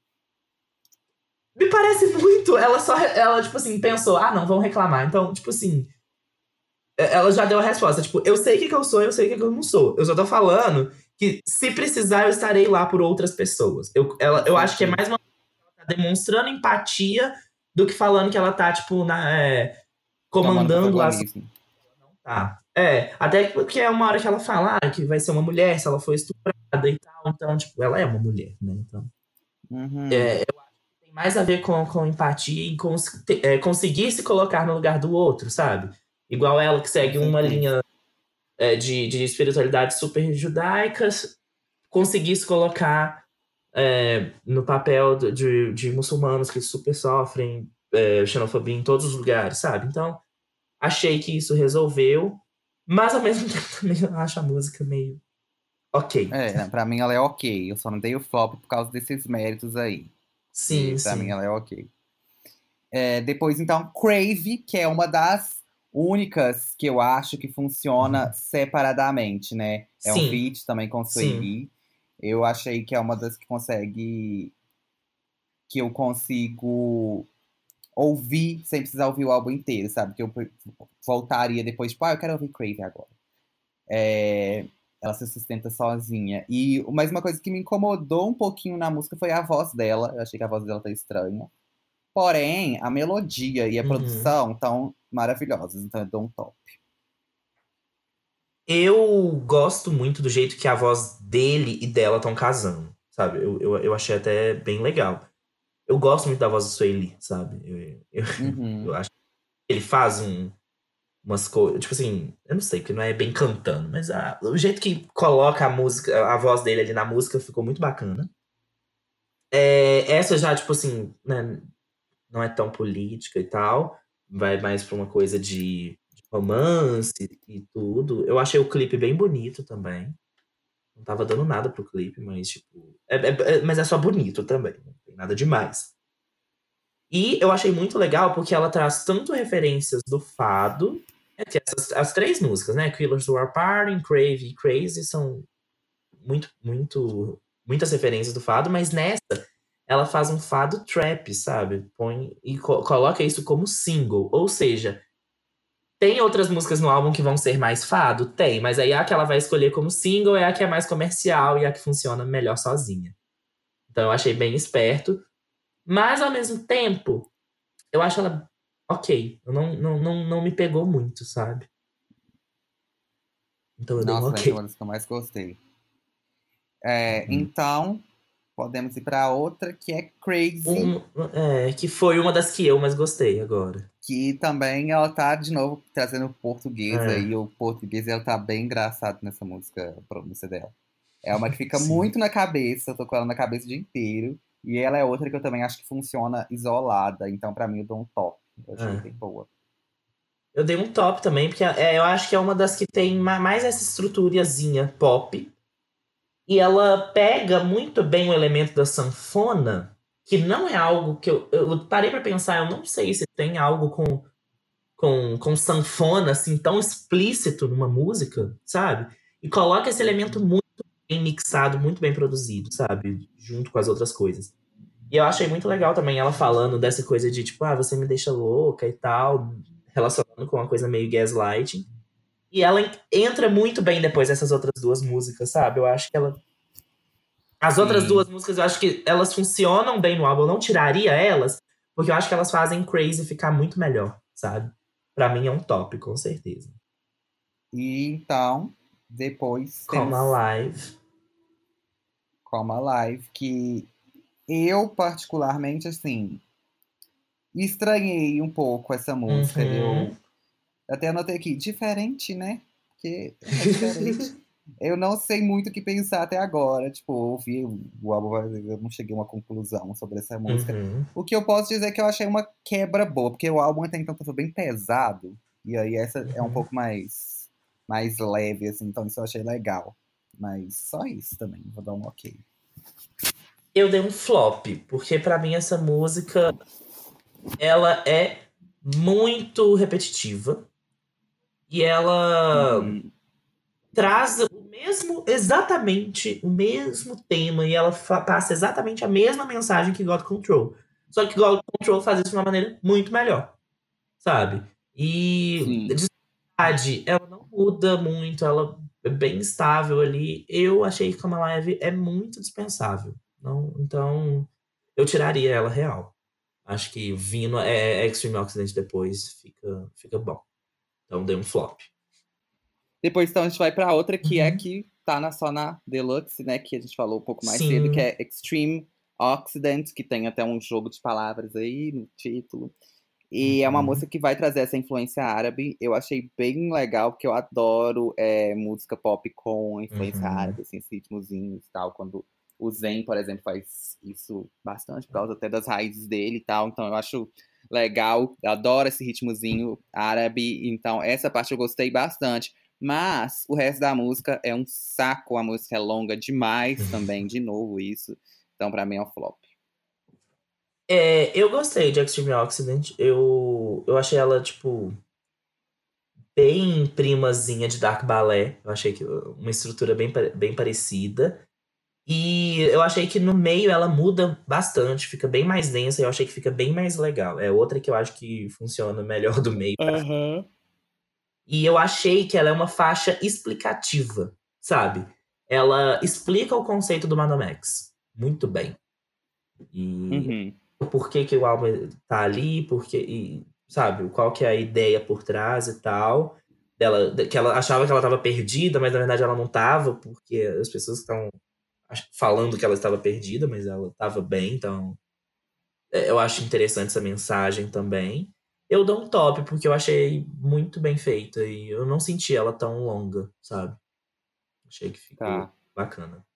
Me parece muito. Ela, tipo assim, pensou: não, vão reclamar. Então, tipo assim, ela já deu a resposta. Tipo, eu sei o que eu sou, eu sei o que eu não sou. Eu só tô falando que se precisar, eu estarei lá por outras pessoas. Com Eu acho que é certeza. mais uma tá demonstrando empatia do que falando que ela tá, tipo, Tomando comandando lá. protagonismo. Tá. Até porque é uma hora que ela fala que vai ser uma mulher se ela for estuprada e tal. Então, tipo, ela é uma mulher, né? Então, Uhum, tem mais a ver com empatia e conseguir se colocar no lugar do outro, sabe? Igual ela que com segue uma certeza. linha de espiritualidade super judaica, conseguir se colocar no papel de muçulmanos que super sofrem xenofobia em todos os lugares, sabe? Então, achei que isso resolveu, mas ao mesmo tempo também eu acho a música meio ok. É, pra mim ela é ok. Eu só não dei o flop por causa desses méritos aí. E Sim, pra mim sim. ela é ok. É, depois, então, Crave, que é uma das únicas que eu acho que funciona separadamente, né? É um Sim, feat também com sim. Sueli. Eu achei que é uma das que consegue. Que eu consigo ouvir sem precisar ouvir o álbum inteiro, sabe? Que eu voltaria depois, tipo, eu quero ouvir Crave agora. É, ela se sustenta sozinha. Mas uma coisa que me incomodou um pouquinho na música foi a voz dela. Eu achei que a voz dela tá estranha. Porém, a melodia e a Uhum. produção estão maravilhosas, então eu dou um top. Eu gosto muito do jeito que a voz dele e dela estão casando, sabe? Eu achei até bem legal. Eu gosto muito da voz do Sueli, sabe? Eu Uhum. acho que ele faz umas coisas. Tipo assim, eu não sei, porque não é bem cantando, mas o jeito que coloca a música, a voz dele ali na música ficou muito bacana. Essa já, tipo assim, né, não é tão política e tal. Vai mais pra uma coisa de romance e tudo. Eu achei o clipe bem bonito também. Não tava dando nada pro clipe, mas, tipo. Mas é só bonito também, não tem nada demais. E eu achei muito legal porque ela traz tanto referências do fado, que as três músicas, né? Killers Who Are Parting, Crave e Crazy são muitas referências do fado, mas nessa ela faz um fado trap, sabe? Põe e coloca isso como single. Ou seja, tem outras músicas no álbum que vão ser mais fado? Tem, mas aí a que ela vai escolher como single é a que é mais comercial e a que funciona melhor sozinha. Então eu achei bem esperto. Mas ao mesmo tempo, eu acho ela ok. Eu não me pegou muito, sabe? Então eu dei um Nossa, essa é ok. uma das que eu mais gostei. É, Uhum. então, podemos ir para outra, que é Crazy, Que foi uma das que eu mais gostei agora. que também ela tá, de novo, trazendo o português É, aí. O português, ela tá bem engraçado nessa música, a pronúncia dela. É uma que fica sim. muito na cabeça, eu tô com ela na cabeça o dia inteiro. E ela é outra que eu também acho que funciona isolada. Então, pra mim, eu dou um top. Eu achei É. bem boa. Eu dei um top também, porque eu acho que é uma das que tem mais essa estruturazinha pop. E ela pega muito bem o elemento da sanfona. que não é algo que eu parei pra pensar, eu não sei se tem algo com sanfona, assim, tão explícito numa música, sabe? E coloca esse elemento muito bem mixado, muito bem produzido, sabe? Junto com as outras coisas. E eu achei muito legal também ela falando dessa coisa de, tipo, você me deixa louca e tal, relacionando com uma coisa meio gaslighting. E ela entra muito bem depois dessas outras duas músicas, sabe? Eu acho que ela. As outras duas Sim. músicas, eu acho que elas funcionam bem no álbum. Eu não tiraria elas, porque eu acho que elas fazem Crazy ficar muito melhor, sabe? Pra mim é um top, com certeza. E então, depois Come temos Alive. Come Alive, que eu, particularmente, assim, estranhei um pouco essa música. Eu Uhum. até anotei aqui, diferente, né? Porque é diferente. Eu não sei muito o que pensar até agora. Tipo, eu ouvi o álbum, mas eu não cheguei a uma conclusão sobre essa música. Uhum. O que eu posso dizer é que eu achei uma quebra boa, porque o álbum até então foi bem pesado. E aí essa é um Uhum. pouco mais leve, assim, então isso eu achei legal. Mas só isso também, vou dar um ok. Eu dei um flop, porque pra mim essa música, ela é muito repetitiva. E ela Uhum, traz exatamente o mesmo tema, e ela passa exatamente a mesma mensagem que God Control. Só que God Control faz isso de uma maneira muito melhor, sabe? E sim. de verdade, ela não muda muito, ela é bem estável ali. Eu achei que Come Alive é muito dispensável. Não, então, eu tiraria ela real. Acho que vindo Extreme Oxidant depois fica bom. Então, dei um flop. Depois então a gente vai pra outra que é Uhum. que tá só na Deluxe, né? Que a gente falou um pouco mais cedo, que Sim. é Extreme Oxidant, que tem até um jogo de palavras aí no título. E é uma Uhum. música que vai trazer essa influência árabe. Eu achei bem legal, porque eu adoro música pop com influência Uhum. árabe, assim, esses ritmozinhos e tal. Quando o Zen, por exemplo, faz isso bastante, por causa até das raízes dele e tal. Então eu acho legal, eu adoro esse ritmozinho árabe. Então essa parte eu gostei bastante. Mas o resto da música é um saco, a música é longa demais também, de novo isso. Então pra mim é um flop. Eu gostei de Extreme Oxidant. Eu achei ela, tipo, bem primazinha de Dark Ballet. Eu achei que uma estrutura bem parecida. E eu achei que no meio ela muda bastante, fica bem mais densa e eu achei que fica bem mais legal. É outra que eu acho que funciona melhor do meio. Aham. E eu achei que ela é uma faixa explicativa, sabe? Ela explica o conceito do Madame X muito bem. E Uhum. por que que o álbum tá ali, sabe, qual que é a ideia por trás e tal. Que ela achava que ela estava perdida, mas na verdade ela não estava, porque as pessoas estão falando que ela estava perdida, mas ela estava bem, então eu acho interessante essa mensagem também. Eu dou um top, porque eu achei muito bem feita e eu não senti ela tão longa, sabe? Achei que ficou Tá. bacana.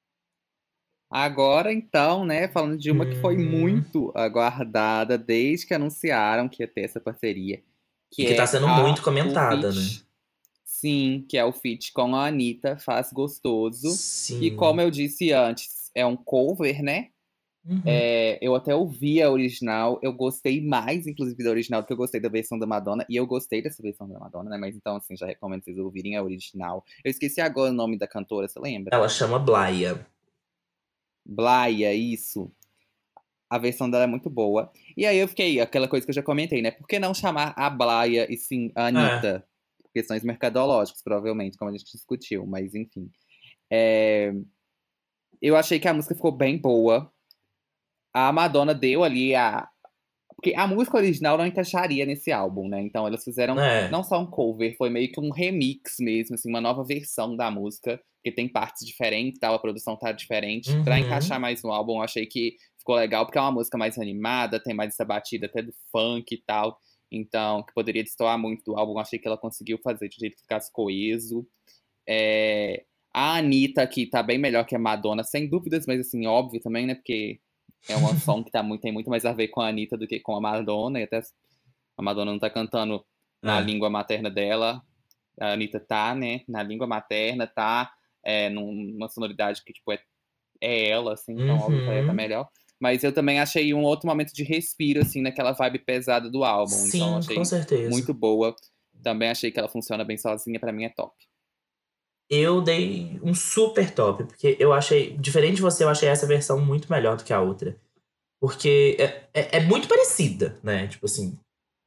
Agora, então, né, falando de uma que foi Uhum. muito aguardada desde que anunciaram que ia ter essa parceria, E que que tá é sendo muito o comentada, né? feat. Sim, que é o feat com a Anitta, Faz Gostoso. E como Sim. eu disse antes, é um cover, né? Uhum. Eu até ouvi a original, eu gostei mais, inclusive, da original do que eu gostei da versão da Madonna. E eu gostei dessa versão da Madonna, né? Mas então, assim, já recomendo vocês ouvirem a original. Eu esqueci agora o nome da cantora, você lembra? Ela chama Blaia. Blaia, isso. A versão dela é muito boa. E aí eu fiquei, aquela coisa que eu já comentei, né? Por que não chamar a Blaia e sim a É. Anitta? Por questões mercadológicas, provavelmente, como a gente discutiu, mas enfim. É, eu achei que a música ficou bem boa. A Madonna deu ali a. Porque a música original não encaixaria nesse álbum, né? Então elas fizeram É. não só um cover, foi meio que um remix mesmo, assim, uma nova versão da música, que tem partes diferentes, tal, a produção tá diferente. Pra encaixar Uhum. mais no álbum, eu achei que ficou legal, porque é uma música mais animada, tem mais essa batida até do funk e tal. Então, que poderia destoar muito do álbum, eu achei que ela conseguiu fazer de um jeito que ficasse coeso. É, a Anitta aqui tá bem melhor que a Madonna, sem dúvidas, mas assim, óbvio também, né? Porque é uma som que tem muito mais a ver com a Anitta do que com a Madonna, e até a Madonna não tá cantando na É. língua materna dela, a Anitta tá, né? Na língua materna, tá numa sonoridade que, tipo, é ela, assim, então óbvio que ela ia tá Uhum. melhor. Mas eu também achei um outro momento de respiro, assim, naquela vibe pesada do álbum. Então, Sim, achei com certeza. muito boa. Também achei que ela funciona bem sozinha. Pra mim, é top. Eu dei um super top, porque eu achei, diferente de você, eu achei essa versão muito melhor do que a outra. Porque é muito parecida, né? Tipo assim,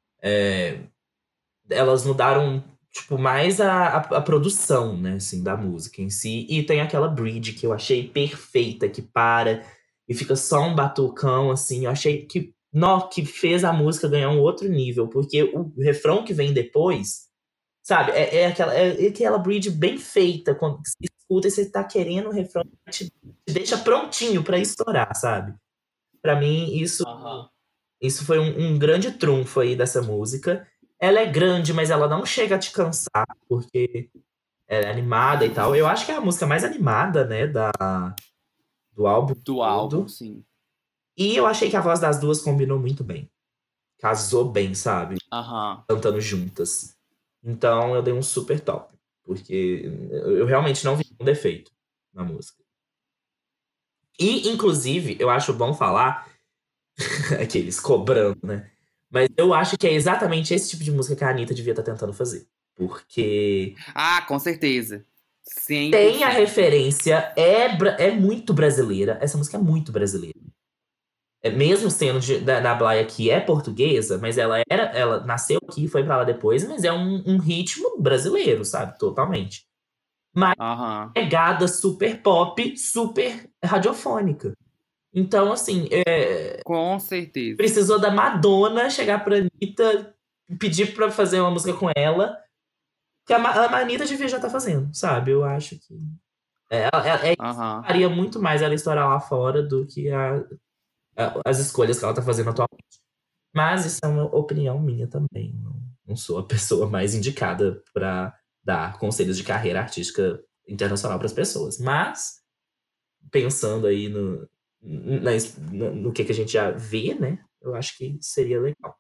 elas mudaram, tipo, mais a produção, né, assim, da música em si. E tem aquela bridge que eu achei perfeita, que para e fica só um batucão, assim. Eu achei que fez a música ganhar um outro nível, porque o refrão que vem depois, sabe, é aquela bridge bem feita, quando você escuta e você tá querendo o refrão, te deixa prontinho pra estourar, sabe? Pra mim, isso foi um grande trunfo aí dessa música. Ela é grande, mas ela não chega a te cansar, porque ela é animada e tal. Eu acho que é a música mais animada, né, do álbum Do álbum, todo. sim. E eu achei que a voz das duas combinou muito bem. Casou bem, sabe? Aham. Cantando juntas. Então eu dei um super top. Porque eu realmente não vi um defeito na música. E, inclusive, eu acho bom falar, aqueles cobrando, né? Mas eu acho que é exatamente esse tipo de música que a Anitta devia estar tentando fazer. Porque Ah, com certeza. tem a 100%. referência, é muito brasileira. Essa música é muito brasileira. Mesmo sendo da Blaia, que é portuguesa, mas ela nasceu aqui, foi pra lá depois, mas é um ritmo brasileiro, sabe? Totalmente. Mas Aham. pegada super pop, super radiofônica. Então, assim, Com certeza. precisou da Madonna chegar pra Anitta, pedir pra fazer uma música com ela, que a Anitta devia já estar fazendo, sabe? Eu acho que Aham. faria muito mais ela estourar lá fora do que as escolhas que ela tá fazendo atualmente. Mas isso é uma opinião minha também. Não sou a pessoa mais indicada pra dar conselhos de carreira artística internacional para as pessoas. Mas, pensando aí no que a gente já vê, né? Eu acho que seria legal.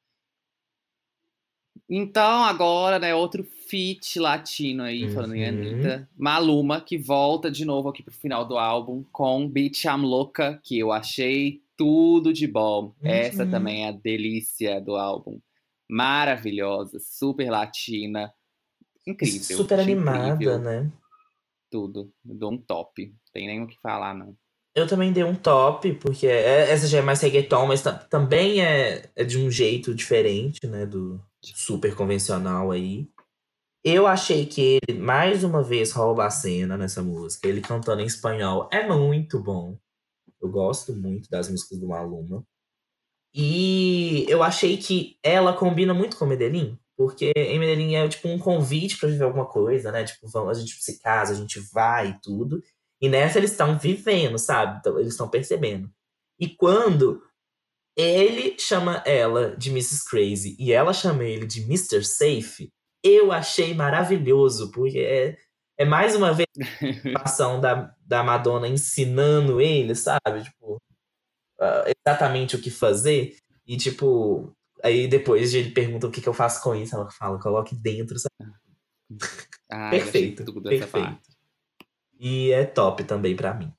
Então, agora, né, outro feat latino aí, falando em Anitta. Maluma, que volta de novo aqui pro final do álbum com Bitch I'm Louca, que eu achei tudo de bom. Essa também é a delícia do álbum. Maravilhosa, super latina. Incrível, Super achei animada, incrível. né? Tudo. Eu dou um top. Tem nem o que falar, não. Eu também dei um top, porque essa já é mais reggaeton, mas também é de um jeito diferente, né? Do super convencional aí. Eu achei que ele, mais uma vez, rouba a cena nessa música. Ele cantando em espanhol é muito bom. Eu gosto muito das músicas do Maluma. E eu achei que ela combina muito com Medellín, porque em Medellín é tipo um convite pra viver alguma coisa, né? Tipo, a gente se casa, a gente vai e tudo. E nessa eles estão vivendo, sabe? Então, eles estão percebendo. E quando ele chama ela de Mrs. Crazy e ela chama ele de Mr. Safe, eu achei maravilhoso, porque é mais uma vez a ação da Madonna ensinando ele, sabe? Tipo, exatamente o que fazer. E, tipo, aí depois ele pergunta o que eu faço com isso. Ela fala, coloque dentro, sabe? Ai, achei Perfeito, tudo essa parte. perfeito. E é top também pra mim.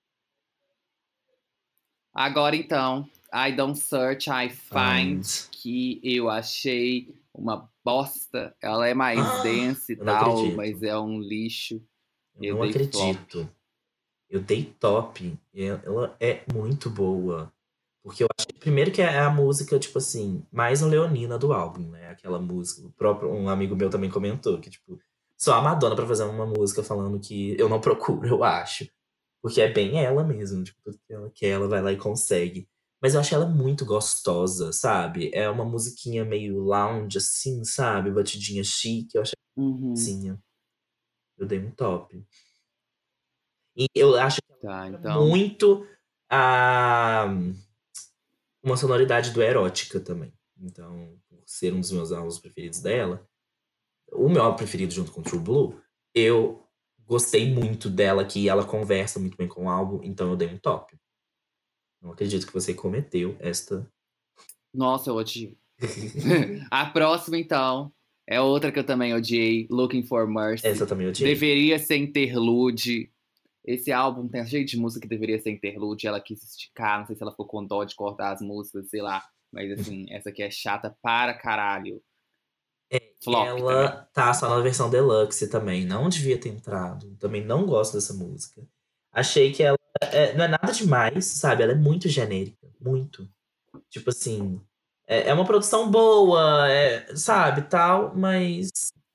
Agora então, I Don't Search, I Find, Find. que eu achei uma bosta. Ela é mais dance e Eu não tal, acredito. mas é um lixo. Eu Eu não dei flop. acredito. Eu dei top. Ela é muito boa. Porque eu acho que, primeiro, que é a música, tipo assim, mais um leonina do álbum, né? Aquela música. Um amigo meu também comentou que, tipo, só a Madonna pra fazer uma música falando que eu não procuro, eu acho. Porque é bem ela mesmo, tipo, tudo que ela quer, ela vai lá e consegue. Mas eu acho ela muito gostosa, sabe? É uma musiquinha meio lounge, assim, sabe? Batidinha chique, eu achei Uhum. assim. Eu dei um top. E eu acho que ela Tá, lembra então. muito a uma sonoridade do Erótica também. Então, por ser um dos meus álbuns preferidos dela, o meu álbum preferido junto com True Blue, eu gostei muito dela, que ela conversa muito bem com o álbum, então eu dei um top. Não acredito que você cometeu esta. Nossa, eu odiei. A próxima, então, é outra que eu também odiei, Looking for Mercy. Essa eu também odiei. Deveria ser interlude. Esse álbum tem cheio de música que deveria ser interlude, ela quis esticar, não sei se ela ficou com dó de cortar as músicas, sei lá. Mas assim, essa aqui é chata para caralho. Flop também. Ela tá só na versão deluxe também. Não devia ter entrado. Também não gosto dessa música. Achei que ela não é nada demais, sabe? Ela é muito genérica. Muito. Tipo assim. É uma produção boa, sabe, tal, mas.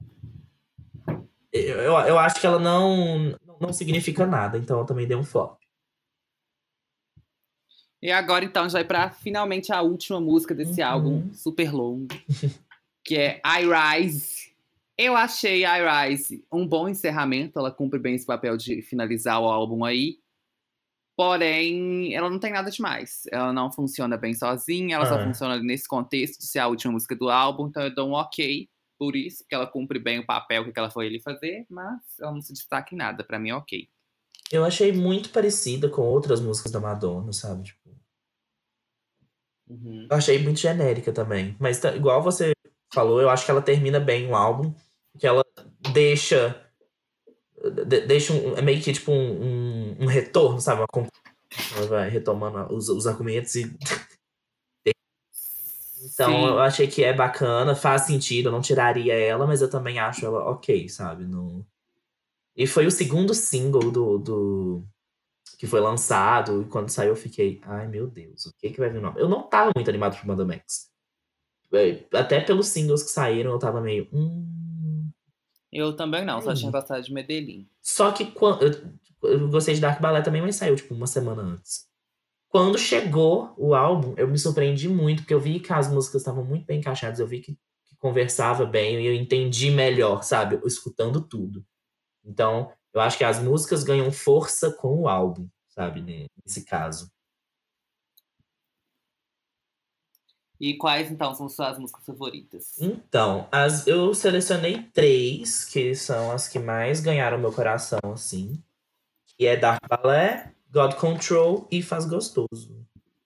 Eu acho que ela não significa nada. Então eu também dei um flop. E agora, então, a gente vai pra finalmente a última música desse álbum, super longo, que é I Rise. Eu achei I Rise um bom encerramento, ela cumpre bem esse papel de finalizar o álbum aí. Porém, ela não tem nada demais. Ela não funciona bem sozinha, ela só funciona nesse contexto de ser a última música do álbum, então eu dou um ok por isso, porque ela cumpre bem o papel que ela foi ali fazer, mas ela não se destaca em nada, pra mim é ok. Eu achei muito parecida com outras músicas da Madonna, sabe? Tipo, Uhum. eu achei muito genérica também. Mas igual você falou, eu acho que ela termina bem o álbum. Que ela deixa é meio que tipo um retorno, sabe? Ela vai retomando os argumentos e. Então eu achei que é bacana, faz sentido, eu não tiraria ela, mas eu também acho ela ok, sabe? E foi o segundo single do que foi lançado, e quando saiu eu fiquei, ai meu Deus, o que vai vir novo? Eu não tava muito animado pro Manda Max. Até pelos singles que saíram, eu tava meio. Eu também não, só tinha gostado de Medellín. Só que eu gostei de Dark Ballet também, mas saiu tipo uma semana antes. Quando chegou o álbum, eu me surpreendi muito, porque eu vi que as músicas estavam muito bem encaixadas, eu vi que conversava bem, e eu entendi melhor, sabe? Escutando tudo. Então, eu acho que as músicas ganham força com o álbum, sabe? Nesse caso. E quais, então, são suas músicas favoritas? Então, eu selecionei 3, que são as que mais ganharam meu coração, assim. Que é Dark Ballet, God Control e Faz Gostoso.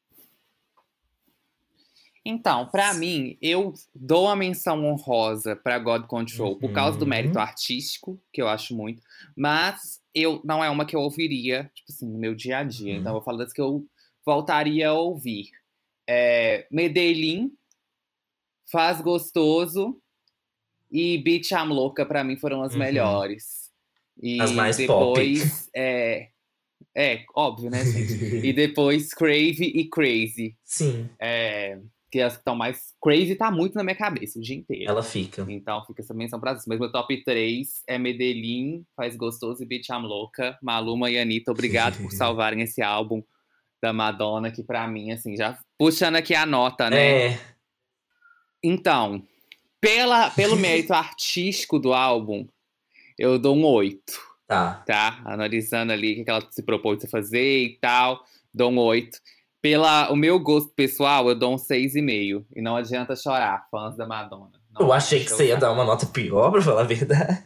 Então, pra mim, eu dou uma menção honrosa pra God Control por causa do mérito artístico, que eu acho muito, mas não é uma que eu ouviria, tipo assim, no meu dia a dia. Então, eu vou falar das que eu voltaria a ouvir. Medellín, Faz Gostoso e Bitch I'm Louca, pra mim, foram as melhores. E as mais depois, pop. óbvio, né, gente? E depois Crave e Crazy. Sim. Que as que estão mais. Crazy tá muito na minha cabeça o dia inteiro. Ela fica. Então fica essa menção pra isso. Mas meu top 3 é Medellín, Faz Gostoso e Bitch I'm Louca. Maluma e Anitta, obrigado por salvarem esse álbum da Madonna, que pra mim, assim, já puxando aqui a nota, né? Então, pelo mérito artístico do álbum, eu dou um 8. Tá? Analisando ali o que ela se propôs a fazer e tal, dou um 8. O meu gosto pessoal, eu dou um 6,5. E não adianta chorar, fãs da Madonna. Não eu achei que você ia dar uma nota pior, pra falar a verdade.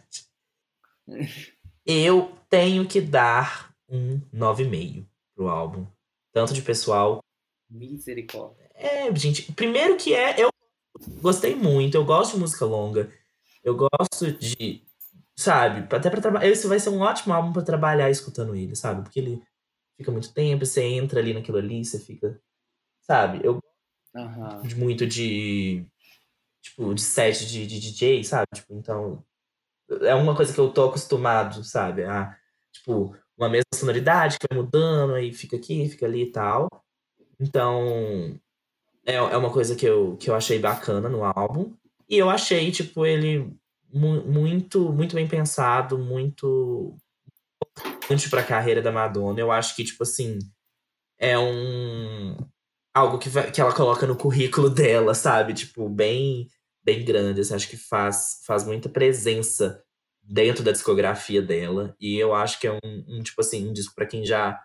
Eu tenho que dar um 9,5 pro álbum. Tanto de pessoal. Misericórdia. Gente, primeiro que eu gostei muito, eu gosto de música longa. Eu gosto de, sabe, até pra trabalhar. Esse vai ser um ótimo álbum pra trabalhar escutando ele, sabe? Porque ele fica muito tempo, você entra ali naquilo ali, você fica, sabe? Eu gosto muito de set de DJ, sabe? Tipo, então, é uma coisa que eu tô acostumado, sabe? Tipo, uma mesma sonoridade que vai mudando, aí fica aqui, fica ali e tal. Então, é uma coisa que eu achei bacana no álbum. E eu achei, tipo, ele muito, muito bem pensado, muito importante pra carreira da Madonna. Eu acho que, tipo assim, é algo que ela coloca no currículo dela, sabe? Tipo, bem, bem grande. Assim, acho que faz muita presença dentro da discografia dela. E eu acho que é tipo assim, um disco pra quem já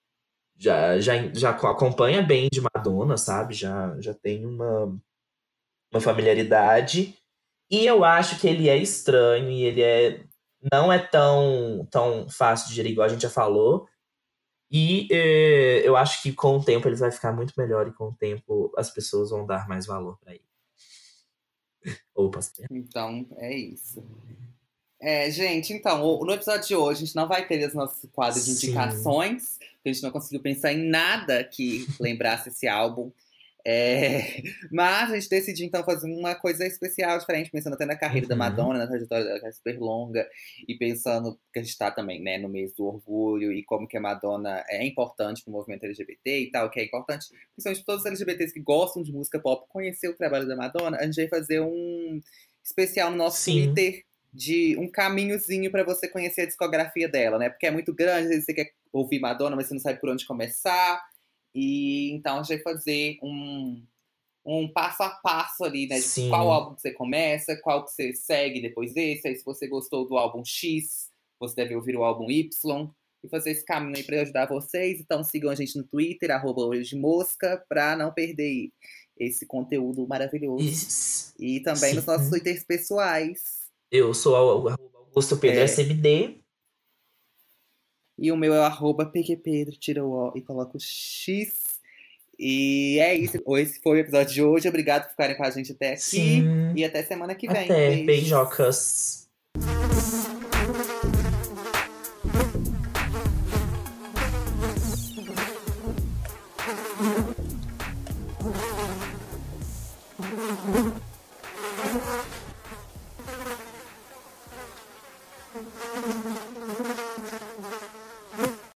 acompanha bem de Madonna, sabe? Já tem uma familiaridade. E eu acho que ele é estranho e ele não é tão fácil de digerir, igual a gente já falou. E eu acho que com o tempo ele vai ficar muito melhor e com o tempo as pessoas vão dar mais valor pra ele. Então, é isso. Gente, então, no episódio de hoje a gente não vai ter os nossos quadros de Sim. indicações, porque a gente não conseguiu pensar em nada que lembrasse esse álbum. Mas a gente decidiu então fazer uma coisa especial, diferente, pensando até na carreira da Uhum. Madonna, na trajetória dela, que é super longa, e pensando que a gente tá também, né, no mês do orgulho, e como que a Madonna é importante pro movimento LGBT e tal, que é importante, principalmente todos os LGBTs que gostam de música pop, conhecer o trabalho da Madonna. A gente vai fazer um especial no nosso Sim. Twitter, de um caminhozinho pra você conhecer a discografia dela, né? Porque é muito grande, às vezes você quer ouvir Madonna, mas você não sabe por onde começar. E então a gente vai fazer um passo a passo ali, né? De Sim. qual álbum que você começa, qual que você segue depois desse. Aí se você gostou do álbum X, você deve ouvir o álbum Y. E fazer esse caminho aí pra ajudar vocês. Então sigam a gente no Twitter, @Olho de Mosca, pra não perder esse conteúdo maravilhoso. E também nos nossos Sim. Twitters pessoais. Eu sou o Augusto Pedro SMD. E o meu é o @PQPedro, tira o O e coloca o X. E é isso. Esse foi o episódio de hoje. Obrigado por ficarem com a gente até aqui. Sim. E até semana que vem. Até. Beijos. Beijocas.